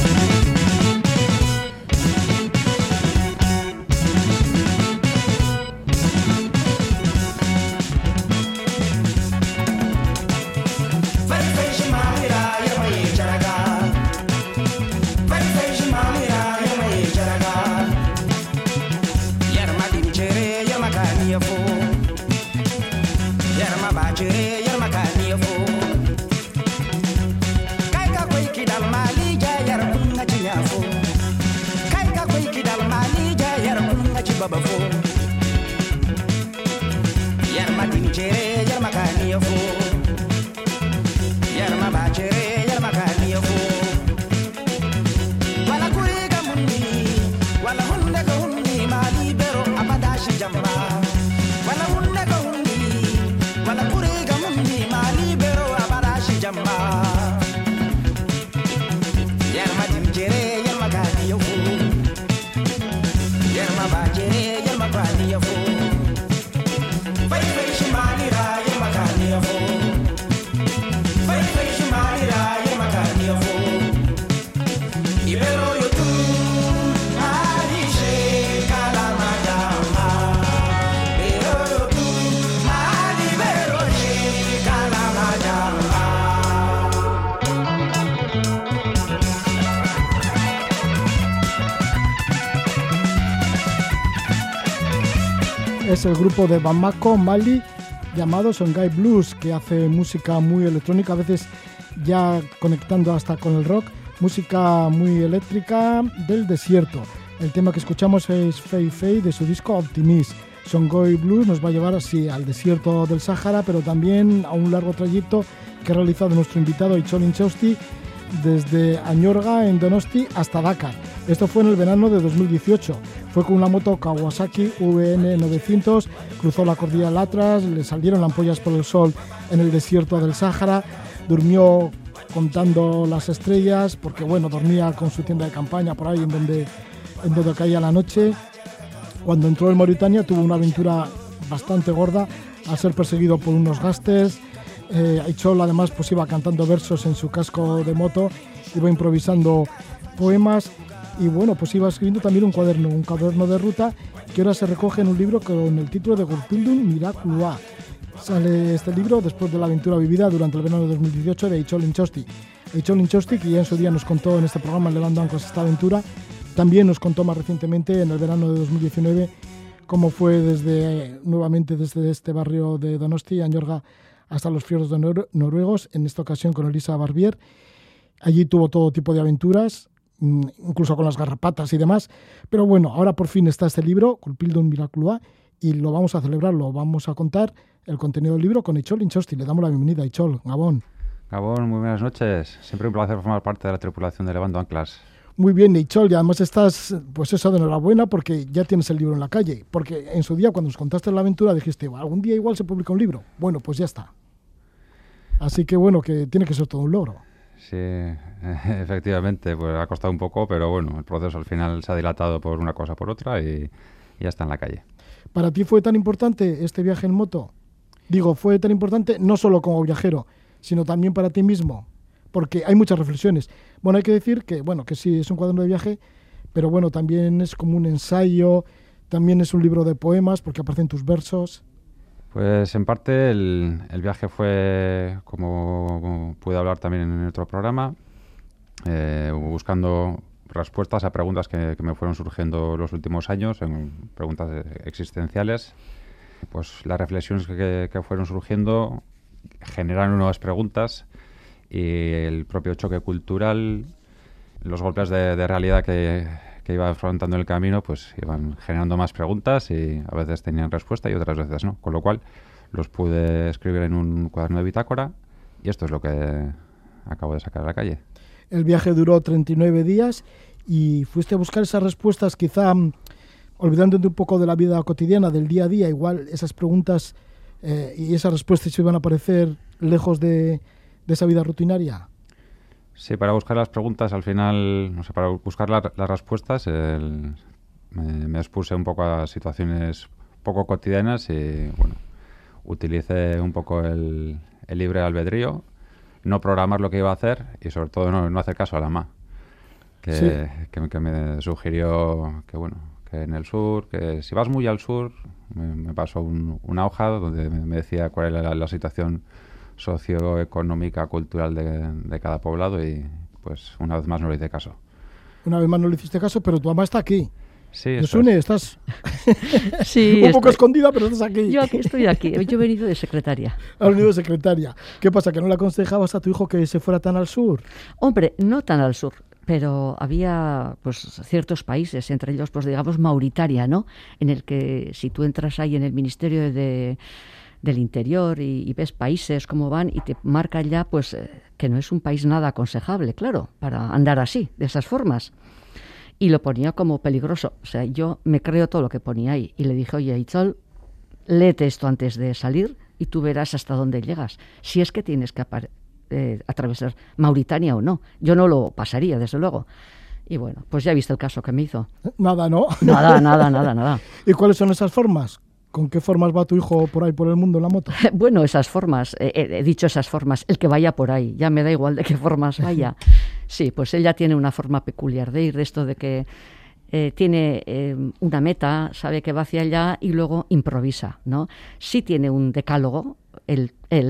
Es el grupo de Bamako, Mali, llamado Songhai Blues, que hace música muy electrónica, a veces ya conectando hasta con el rock, música muy eléctrica del desierto. El tema que escuchamos es Fei Fei, de su disco Optimist. Songhai Blues nos va a llevar así al desierto del Sáhara, pero también a un largo trayecto que ha realizado nuestro invitado Aichol Intxausti desde Añorga, en Donosti, hasta Dakar. Esto fue en el verano de 2018. Fue con una moto Kawasaki VN900, cruzó la cordillera del Atlas, le salieron ampollas por el sol en el desierto del Sáhara, durmió contando las estrellas, porque bueno, dormía con su tienda de campaña por ahí en donde caía la noche. Cuando entró en Mauritania tuvo una aventura bastante gorda al ser perseguido por unos gángsters. Aichol además pues iba cantando versos en su casco de moto, iba improvisando poemas y bueno, pues iba escribiendo también un cuaderno de ruta que ahora se recoge en un libro con el título de Gurpildun Miraculua. Sale este libro después de la aventura vivida durante el verano de 2018 de Aichol Intxausti. Aichol Intxausti, que ya en su día nos contó en este programa Levando Anclas esta aventura, también nos contó más recientemente en el verano de 2019 cómo fue nuevamente desde este barrio de Donosti, Añorga, hasta los fiordos noruegos, en esta ocasión con Elisa Barbier. Allí tuvo todo tipo de aventuras, incluso con las garrapatas y demás. Pero bueno, ahora por fin está este libro, Culpildum Miraculua, y lo vamos a celebrar, lo vamos a contar, el contenido del libro con Ichol Inchosti. Le damos la bienvenida, Ichol, Gabón.
Gabón, muy buenas noches. Siempre un placer formar parte de la tripulación de Levando Anclas.
Muy bien, Ichol, y además estás, pues eso, de enhorabuena porque ya tienes el libro en la calle. Porque en su día, cuando nos contaste la aventura, dijiste, algún día igual se publica un libro. Bueno, pues ya está. Así que bueno, que tiene que ser todo un logro.
Sí, efectivamente, pues ha costado un poco, pero bueno, el proceso al final se ha dilatado por una cosa por otra y ya está en la calle.
¿Para ti fue tan importante este viaje en moto? Digo, fue tan importante no solo como viajero, sino también para ti mismo, porque hay muchas reflexiones. Bueno, hay que decir que, bueno, que sí, es un cuaderno de viaje, pero bueno, también es como un ensayo, también es un libro de poemas, porque aparecen tus versos.
Pues en parte el viaje fue, como pude hablar también en otro programa, buscando respuestas a preguntas que me fueron surgiendo los últimos años, en preguntas existenciales. Pues las reflexiones que fueron surgiendo generaron nuevas preguntas y el propio choque cultural, los golpes de realidad que iba afrontando en el camino, pues iban generando más preguntas y a veces tenían respuesta y otras veces no. Con lo cual los pude escribir en un cuaderno de bitácora y esto es lo que acabo de sacar a la calle.
El viaje duró 39 días y fuiste a buscar esas respuestas, quizá olvidándote un poco de la vida cotidiana, del día a día. Igual esas preguntas y esas respuestas se iban a aparecer lejos de esa vida rutinaria.
Sí, para buscar las preguntas, al final, no sé, para buscar las respuestas, me expuse un poco a situaciones poco cotidianas y, bueno, utilicé un poco el libre albedrío, no programar lo que iba a hacer y, sobre todo, no hacer caso a la MA, que me sugirió que, bueno, que en el sur, que si vas muy al sur, me pasó una hoja donde me decía cuál era la situación socioeconómica, cultural de cada poblado y pues una vez más no le hice caso.
Una vez más no le hiciste caso, pero tu mamá está aquí.
Sí,
Yosune, estás
sí,
un poco escondida, pero estás aquí.
Yo estoy aquí. Yo he venido de secretaria.
Has venido de secretaria. ¿Qué pasa, que no le aconsejabas a tu hijo que se fuera tan al sur?
Hombre, no tan al sur, pero había pues ciertos países, entre ellos, pues digamos Mauritania, ¿no? En el que si tú entras ahí en el Ministerio del Interior y ves países cómo van y te marca ya pues que no es un país nada aconsejable, claro, para andar así, de esas formas. Y lo ponía como peligroso. O sea, yo me creo todo lo que ponía ahí. Y le dije, oye, Itzol, léete esto antes de salir y tú verás hasta dónde llegas. Si es que tienes que atravesar Mauritania o no. Yo no lo pasaría, desde luego. Y bueno, pues ya viste el caso que me hizo.
Nada, ¿no?
Nada.
¿Y cuáles son esas formas? ¿Con qué formas va tu hijo por ahí por el mundo en la moto?
Bueno, esas formas, he dicho esas formas, el que vaya por ahí, ya me da igual de qué formas vaya. Sí, pues él ya tiene una forma peculiar de ir, de esto de que tiene una meta, sabe que va hacia allá y luego improvisa, ¿no? Sí tiene un decálogo, él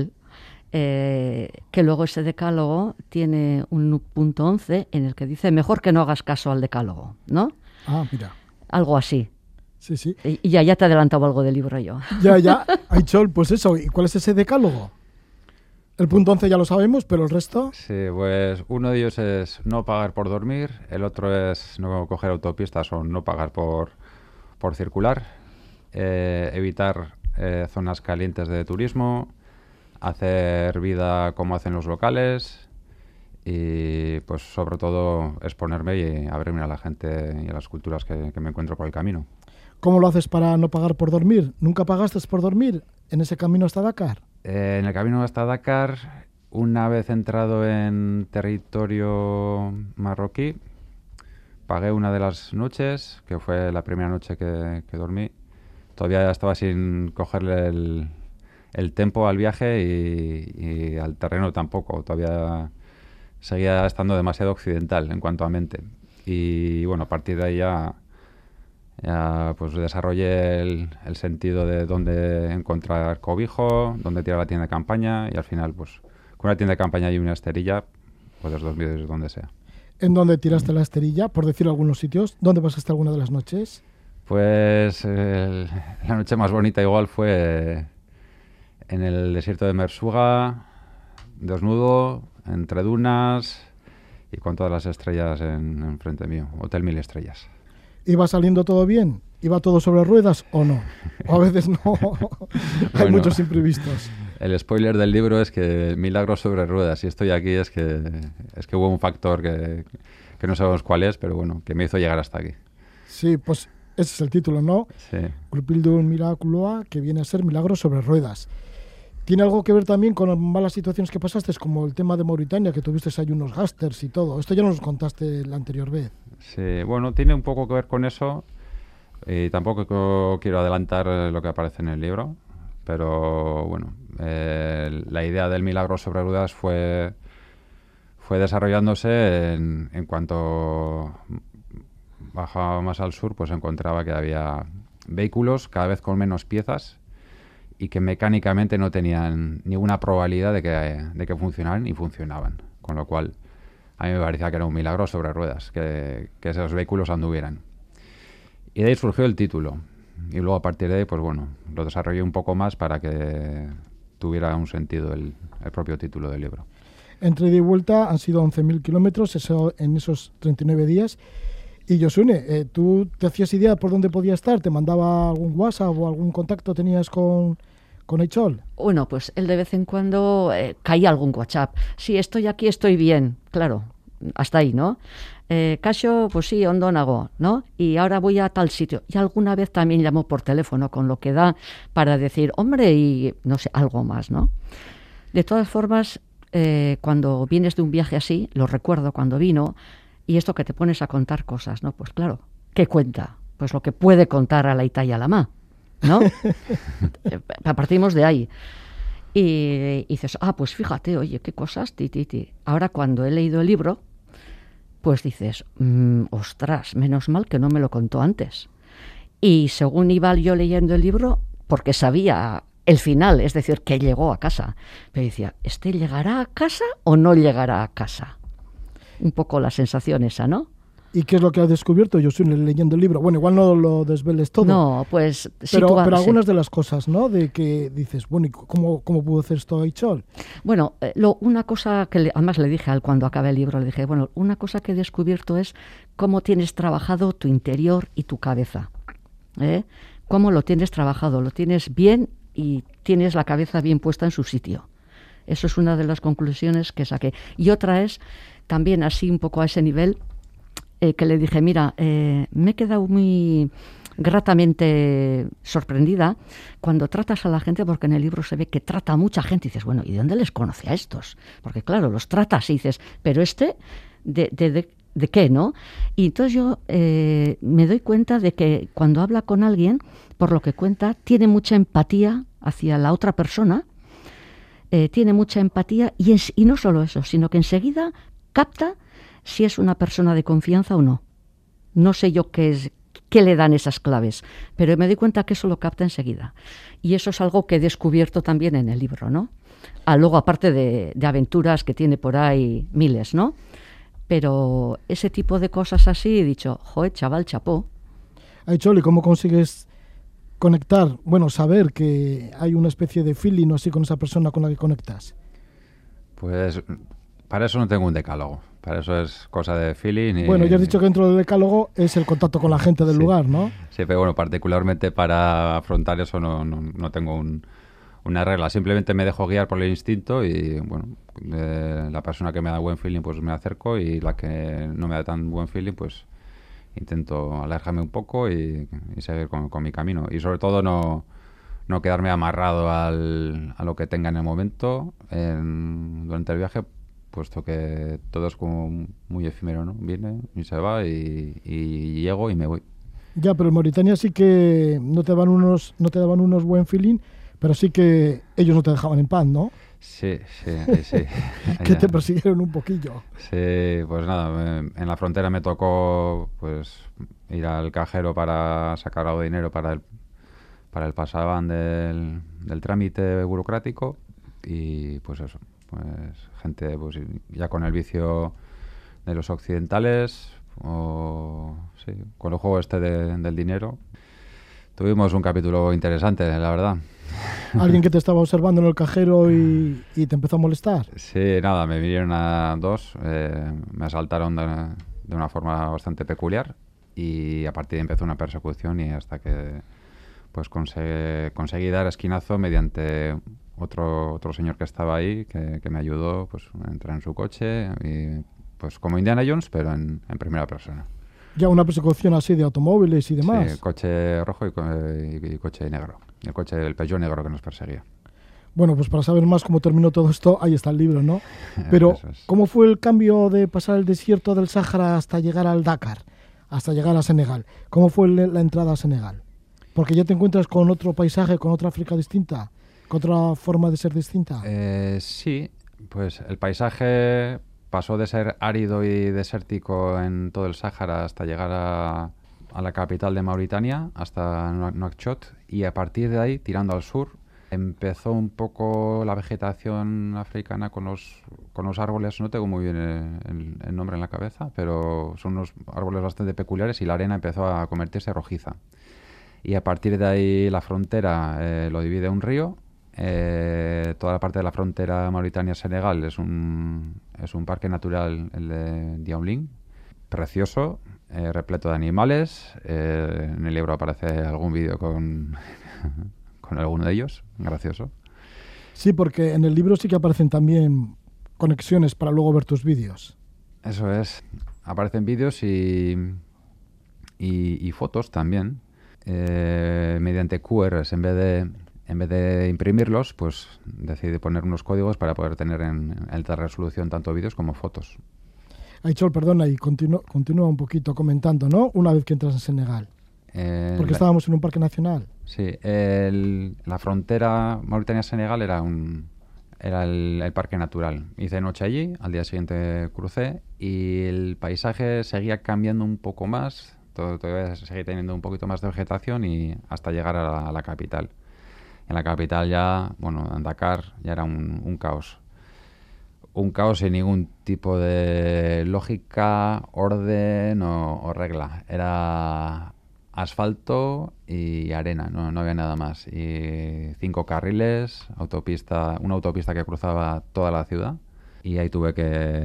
que luego ese decálogo tiene un punto 11 en el que dice, mejor que no hagas caso al decálogo, ¿no?
Ah, mira.
Algo así.
Sí, sí.
Y ya te he adelantado algo del libro yo.
Ya. Aichol, pues eso. ¿Y cuál es ese decálogo? El punto 11 ya lo sabemos, pero el resto...
Sí, pues uno de ellos es no pagar por dormir, el otro es no coger autopistas o no pagar por circular, evitar zonas calientes de turismo, hacer vida como hacen los locales y pues sobre todo exponerme y abrirme a la gente y a las culturas que me encuentro por el camino.
¿Cómo lo haces para no pagar por dormir? ¿Nunca pagaste por dormir en ese camino hasta Dakar?
En el camino hasta Dakar, una vez entrado en territorio marroquí, pagué una de las noches, que fue la primera noche que dormí. Todavía estaba sin cogerle el tempo al viaje y al terreno tampoco. Todavía seguía estando demasiado occidental en cuanto a mente. Y bueno, a partir de ahí ya pues desarrollé el sentido de dónde encontrar cobijo, dónde tirar la tienda de campaña y al final pues con una tienda de campaña y una esterilla puedes dormir donde sea.
¿En dónde tiraste la esterilla? Por decir algunos sitios. ¿Dónde pasaste alguna de las noches?
Pues la noche más bonita igual fue en el desierto de Mersuga, desnudo, entre dunas y con todas las estrellas en frente mío. Hotel 1000 estrellas.
¿Iba saliendo todo bien? ¿Iba todo sobre ruedas o no? O a veces no. Hay
Bueno,
muchos imprevistos.
El spoiler del libro es que milagro sobre ruedas. Si estoy aquí es que hubo un factor que no sabemos cuál es, pero bueno, que me hizo llegar hasta aquí.
Sí, pues ese es el título, ¿no?
Sí.
Grupildum Miraculoa, que viene a ser Milagros sobre ruedas. ¿Tiene algo que ver también con malas situaciones que pasaste, como el tema de Mauritania, que tuviste ahí unos gásters y todo? Esto ya nos lo contaste la anterior vez.
Sí, bueno, tiene un poco que ver con eso. Y tampoco quiero adelantar lo que aparece en el libro, pero bueno, la idea del milagro sobre ruedas fue desarrollándose en cuanto bajaba más al sur, pues encontraba que había vehículos cada vez con menos piezas y que mecánicamente no tenían ninguna probabilidad de que funcionaran, y funcionaban, con lo cual a mí me parecía que era un milagro sobre ruedas, que esos vehículos anduvieran. Y de ahí surgió el título. Y luego a partir de ahí, pues bueno, lo desarrollé un poco más para que tuviera un sentido el propio título del libro.
Entre ida y vuelta han sido 11.000 kilómetros en esos 39 días. Y Josune, ¿tú te hacías idea por dónde podía estar? ¿Te mandaba algún WhatsApp o algún contacto tenías con Aichol?
Bueno, pues él de vez en cuando caía algún WhatsApp. Sí, estoy aquí, estoy bien. Claro, hasta ahí, ¿no? Caso, pues sí, ondo nago, ¿no? Y ahora voy a tal sitio. Y alguna vez también llamó por teléfono, con lo que da para decir, hombre, y no sé, algo más, ¿no? De todas formas, cuando vienes de un viaje así, lo recuerdo cuando vino, y esto que te pones a contar cosas, ¿no? Pues claro, ¿qué cuenta? Pues lo que puede contar a la Ita y a la Ma, ¿no? Partimos de ahí. Y dices, pues fíjate, oye, qué cosas, ti. Ahora cuando he leído el libro, pues dices, ostras, menos mal que no me lo contó antes. Y según iba yo leyendo el libro, porque sabía el final, es decir, que llegó a casa, pero decía, ¿este llegará a casa o no llegará a casa? Un poco la sensación esa, ¿no?
¿Y qué es lo que has descubierto, Josune, leyendo el libro? Bueno, igual no lo desveles todo.
No, pues...
Pero algunas de las cosas, ¿no? De que dices, bueno, ¿y cómo pudo hacer esto Aichol?
Bueno, una cosa que además le dije a él cuando acabé el libro, le dije, bueno, una cosa que he descubierto es cómo tienes trabajado tu interior y tu cabeza. Cómo lo tienes trabajado, lo tienes bien y tienes la cabeza bien puesta en su sitio. Eso es una de las conclusiones que saqué. Y otra es, también así un poco a ese nivel, que le dije, mira, me he quedado muy gratamente sorprendida cuando tratas a la gente, porque en el libro se ve que trata a mucha gente y dices, bueno, ¿y de dónde les conoce a estos? Porque claro, los tratas y dices, pero ¿de qué, no? Y entonces yo me doy cuenta de que cuando habla con alguien, por lo que cuenta, tiene mucha empatía hacia la otra persona, tiene mucha empatía y no solo eso, sino que enseguida capta si es una persona de confianza o no. No sé yo qué le dan esas claves, pero me doy cuenta que eso lo capta enseguida. Y eso es algo que he descubierto también en el libro, ¿no? Luego, aparte de aventuras que tiene por ahí miles, ¿no? Pero ese tipo de cosas así, he dicho, joder, chaval, chapó.
Aichol, ¿y cómo consigues conectar, saber que hay una especie de feeling o así con esa persona con la que conectas?
Pues para eso no tengo un decálogo. Para eso es cosa de feeling.
Bueno, ya has dicho que dentro del decálogo es el contacto con la gente del lugar, ¿no?
Sí, pero bueno, particularmente para afrontar eso no tengo una regla. Simplemente me dejo guiar por el instinto y, bueno, la persona que me da buen feeling, pues me acerco, y la que no me da tan buen feeling, pues intento alejarme un poco y seguir con mi camino. Y sobre todo no quedarme amarrado a lo que tenga en el momento durante el viaje, puesto que todo es como muy efímero, ¿no? Viene y se va y llego y me voy.
Ya, pero en Mauritania sí que no te daban unos buen feeling, pero sí que ellos no te dejaban en paz, ¿no?
Sí.
Que te persiguieron un poquillo.
Sí, pues nada, en la frontera me tocó pues ir al cajero para sacar algo de dinero para el pasaban del trámite burocrático, y pues eso, pues gente pues ya con el vicio de los occidentales, sí, con el juego del dinero. Tuvimos un capítulo interesante, la verdad.
¿Alguien que te estaba observando en el cajero y te empezó a molestar?
Sí, nada, me vinieron a dos, me asaltaron de una forma bastante peculiar y a partir de ahí empezó una persecución y hasta que pues conseguí dar esquinazo mediante otro señor que estaba ahí que me ayudó pues a entrar en su coche y pues como Indiana Jones pero en primera persona.
Ya una persecución así de automóviles y demás.
Sí, coche rojo y coche negro. El Peugeot negro que nos perseguía.
Bueno, pues para saber más cómo terminó todo esto, ahí está el libro, ¿no? Pero,
Eso es.
¿cómo fue el cambio de pasar el desierto del Sáhara hasta llegar al Dakar, hasta llegar a Senegal? ¿Cómo fue la entrada a Senegal? Porque ya te encuentras con otro paisaje, con otra África distinta, con otra forma de ser distinta.
Sí, pues el paisaje pasó de ser árido y desértico en todo el Sáhara hasta llegar a la capital de Mauritania, hasta Nouakchott, y a partir de ahí, tirando al sur, empezó un poco la vegetación africana con los árboles. No tengo muy bien el nombre en la cabeza, pero son unos árboles bastante peculiares y la arena empezó a convertirse rojiza. Y a partir de ahí la frontera lo divide un río. Toda la parte de la frontera Mauritania-Senegal es un parque natural, el de Diaoling, precioso, repleto de animales. En el libro aparece algún vídeo con alguno de ellos, gracioso.
Sí, porque en el libro sí que aparecen también conexiones para luego ver tus vídeos.
Eso es, aparecen vídeos y fotos también, mediante QRs. En vez de imprimirlos, pues decidí poner unos códigos para poder tener en alta resolución tanto vídeos como fotos.
Aichol, perdona, y continúa un poquito comentando, ¿no? Una vez que entras en Senegal. Porque estábamos en un parque nacional.
Sí, la frontera Mauritania-Senegal era el parque natural. Hice noche allí, al día siguiente crucé y el paisaje seguía cambiando un poco más, todavía seguía teniendo un poquito más de vegetación y hasta llegar a la capital. En la capital ya, bueno, en Dakar ya era un caos. Un caos sin ningún tipo de lógica, orden o regla. Era asfalto y arena, no había nada más. Y 5 carriles, una autopista que cruzaba toda la ciudad. Y ahí tuve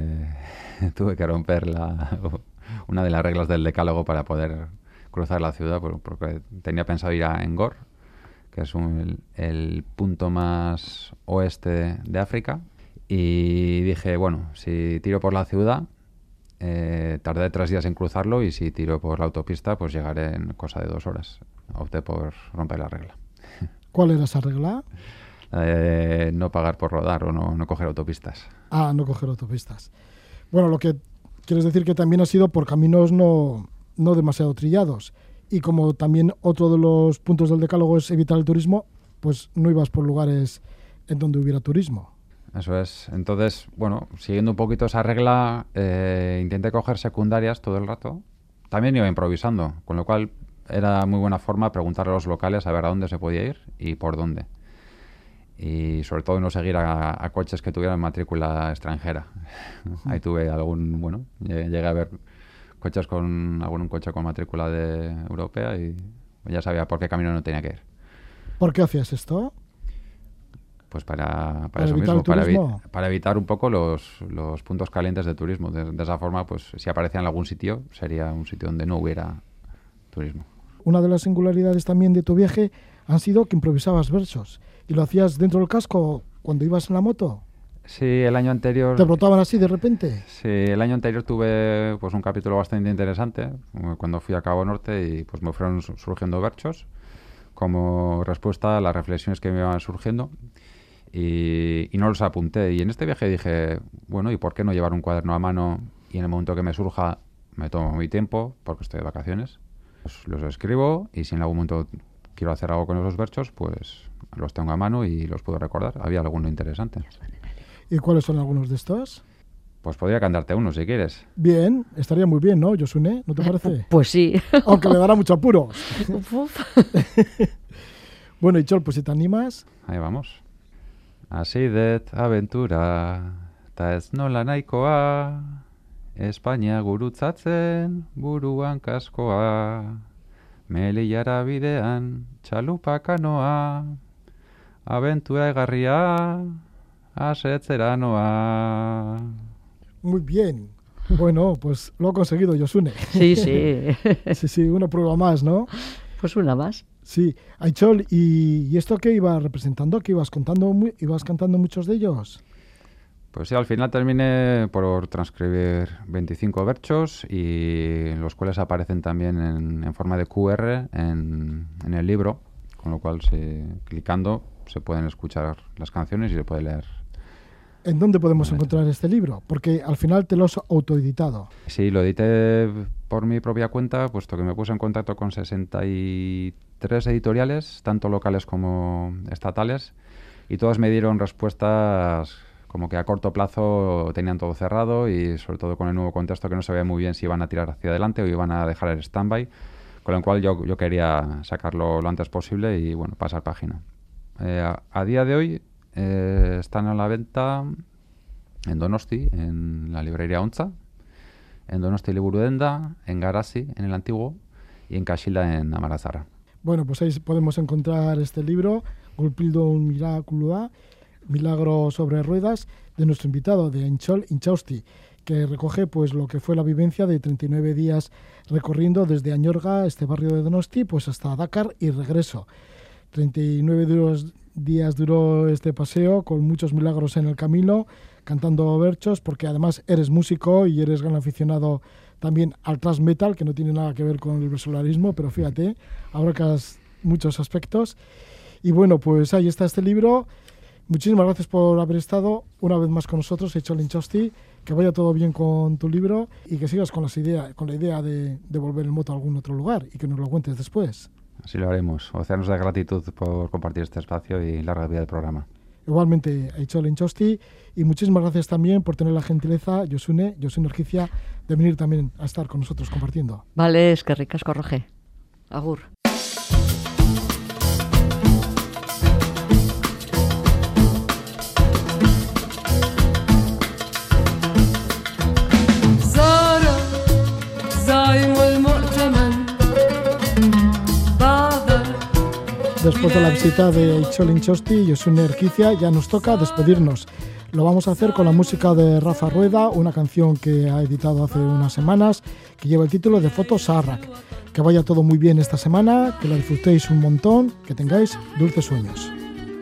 que romper una de las reglas del decálogo para poder cruzar la ciudad, porque tenía pensado ir a Ngor, que es el punto más oeste de África. Y dije, bueno, si tiro por la ciudad, tardé 3 días en cruzarlo y si tiro por la autopista, pues llegaré en cosa de 2 horas. Opté por romper la regla.
¿Cuál era esa regla?
No pagar por rodar o no coger autopistas.
Ah, no coger autopistas. Bueno, lo que quieres decir que también ha sido por caminos no demasiado trillados. Y como también otro de los puntos del decálogo es evitar el turismo, pues no ibas por lugares en donde hubiera turismo.
Eso es. Entonces, bueno, siguiendo un poquito esa regla, intenté coger secundarias todo el rato. También iba improvisando, con lo cual era muy buena forma preguntar a los locales a ver a dónde se podía ir y por dónde. Y sobre todo no seguir a coches que tuvieran matrícula extranjera. Ahí tuve llegué a ver algún coche con matrícula europea y ya sabía por qué camino no tenía que ir.
¿Por qué hacías esto?
Pues para
¿Para
eso
evitar
mismo,
el turismo?
para evitar un poco los puntos calientes de turismo. De esa forma, pues si aparecía en algún sitio, sería un sitio donde no hubiera turismo.
Una de las singularidades también de tu viaje han sido que improvisabas versos. ¿Y lo hacías dentro del casco cuando ibas en la moto?
Sí, el año anterior...
¿Te brotaban así de repente?
Sí, el año anterior tuve pues un capítulo bastante interesante cuando fui a Cabo Norte y pues me fueron surgiendo versos como respuesta a las reflexiones que me iban surgiendo. Y no los apunté. Y en este viaje dije, bueno, ¿y por qué no llevar un cuaderno a mano? Y en el momento que me surja, me tomo mi tiempo, porque estoy de vacaciones. Pues los escribo y si en algún momento quiero hacer algo con esos versos, pues los tengo a mano y los puedo recordar. Había alguno interesante.
¿Y cuáles son algunos de estos?
Pues podría cantarte uno si quieres.
Bien, estaría muy bien, ¿no, Josune? ¿No te parece?
Pues sí.
Aunque le dará mucho apuro. Bueno, Aichol, pues si te animas...
Ahí vamos. Hasi dut abentura, ta ez nola nahikoa, Espainia gurutzatzen, buruan kaskoa, Melillara bidean, txalupa kanoa, abentura egarria, asetzera noa.
Muy bien. Bueno, pues lo ha conseguido, Josune.
Sí, sí.
Sí, una prueba más, ¿no?
Pues una más.
Sí. Aichol, ¿y esto qué iba representando? ¿Qué ibas contando? ¿Ibas cantando muchos de ellos?
Pues sí, al final terminé por transcribir 25 versos y los cuales aparecen también en forma de QR en el libro, con lo cual clicando se pueden escuchar las canciones y se puede leer.
¿En dónde podemos encontrar este libro? Porque al final te lo has autoeditado.
Sí, lo edité por mi propia cuenta, puesto que me puse en contacto con 63 editoriales, tanto locales como estatales, y todas me dieron respuestas como que a corto plazo tenían todo cerrado y sobre todo con el nuevo contexto que no sabía muy bien si iban a tirar hacia adelante o iban a dejar el stand-by, con lo cual yo quería sacarlo lo antes posible y bueno, pasar página. A día de hoy están a la venta en Donosti, en la librería Ontza, en Donosti Liburudenda, en Garasi, en el antiguo, y en Casilda, en Amarazara.
Bueno, pues ahí podemos encontrar este libro, Gulpildun Miraculua, Milagro sobre ruedas, de nuestro invitado, de Aichol Intxausti, que recoge pues lo que fue la vivencia de 39 días recorriendo desde Añorga, este barrio de Donosti, pues hasta Dakar y regreso. 39 días duró este paseo, con muchos milagros en el camino, cantando versos, porque además eres músico y eres gran aficionado también al thrash metal, que no tiene nada que ver con el versolarismo, pero fíjate, abarcas muchos aspectos. Y bueno, pues ahí está este libro. Muchísimas gracias por haber estado una vez más con nosotros, Aichol Intxausti. Que vaya todo bien con tu libro y que sigas con la idea de volver en moto a algún otro lugar y que nos lo cuentes después.
Así lo haremos. Océanos de gratitud por compartir este espacio y larga vida del programa.
Igualmente, Aichol Intxausti, y muchísimas gracias también por tener la gentileza, Josune Orgicia, de venir también a estar con nosotros compartiendo.
Vale, eskerrik asko, Roge. Agur.
Después de la visita de Aichol Intxausti y Josune Orgicia, ya nos toca despedirnos. Lo vamos a hacer con la música de Rafa Rueda, una canción que ha editado hace unas semanas, que lleva el título de Foto Zaharrak. Que vaya todo muy bien esta semana, que la disfrutéis un montón, que tengáis dulces sueños.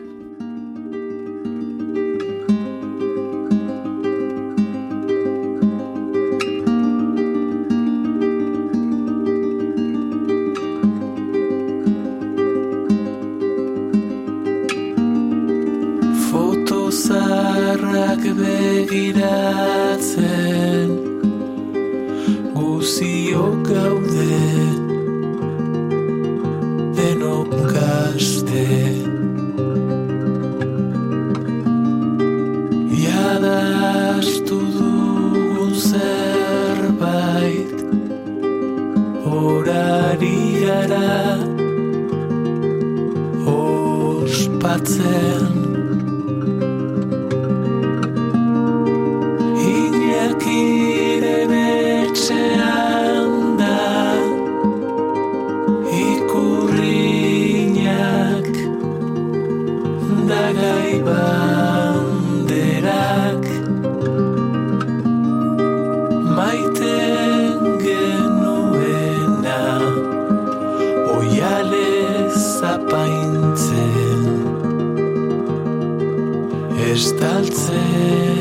Begiratzen guziok gaude denok kaste jadastu dugun zerbait orari gara ospatzen Iñakiren etxean da ikurriñak dagai banderak maiten genuena oialez apaintzen estaltzen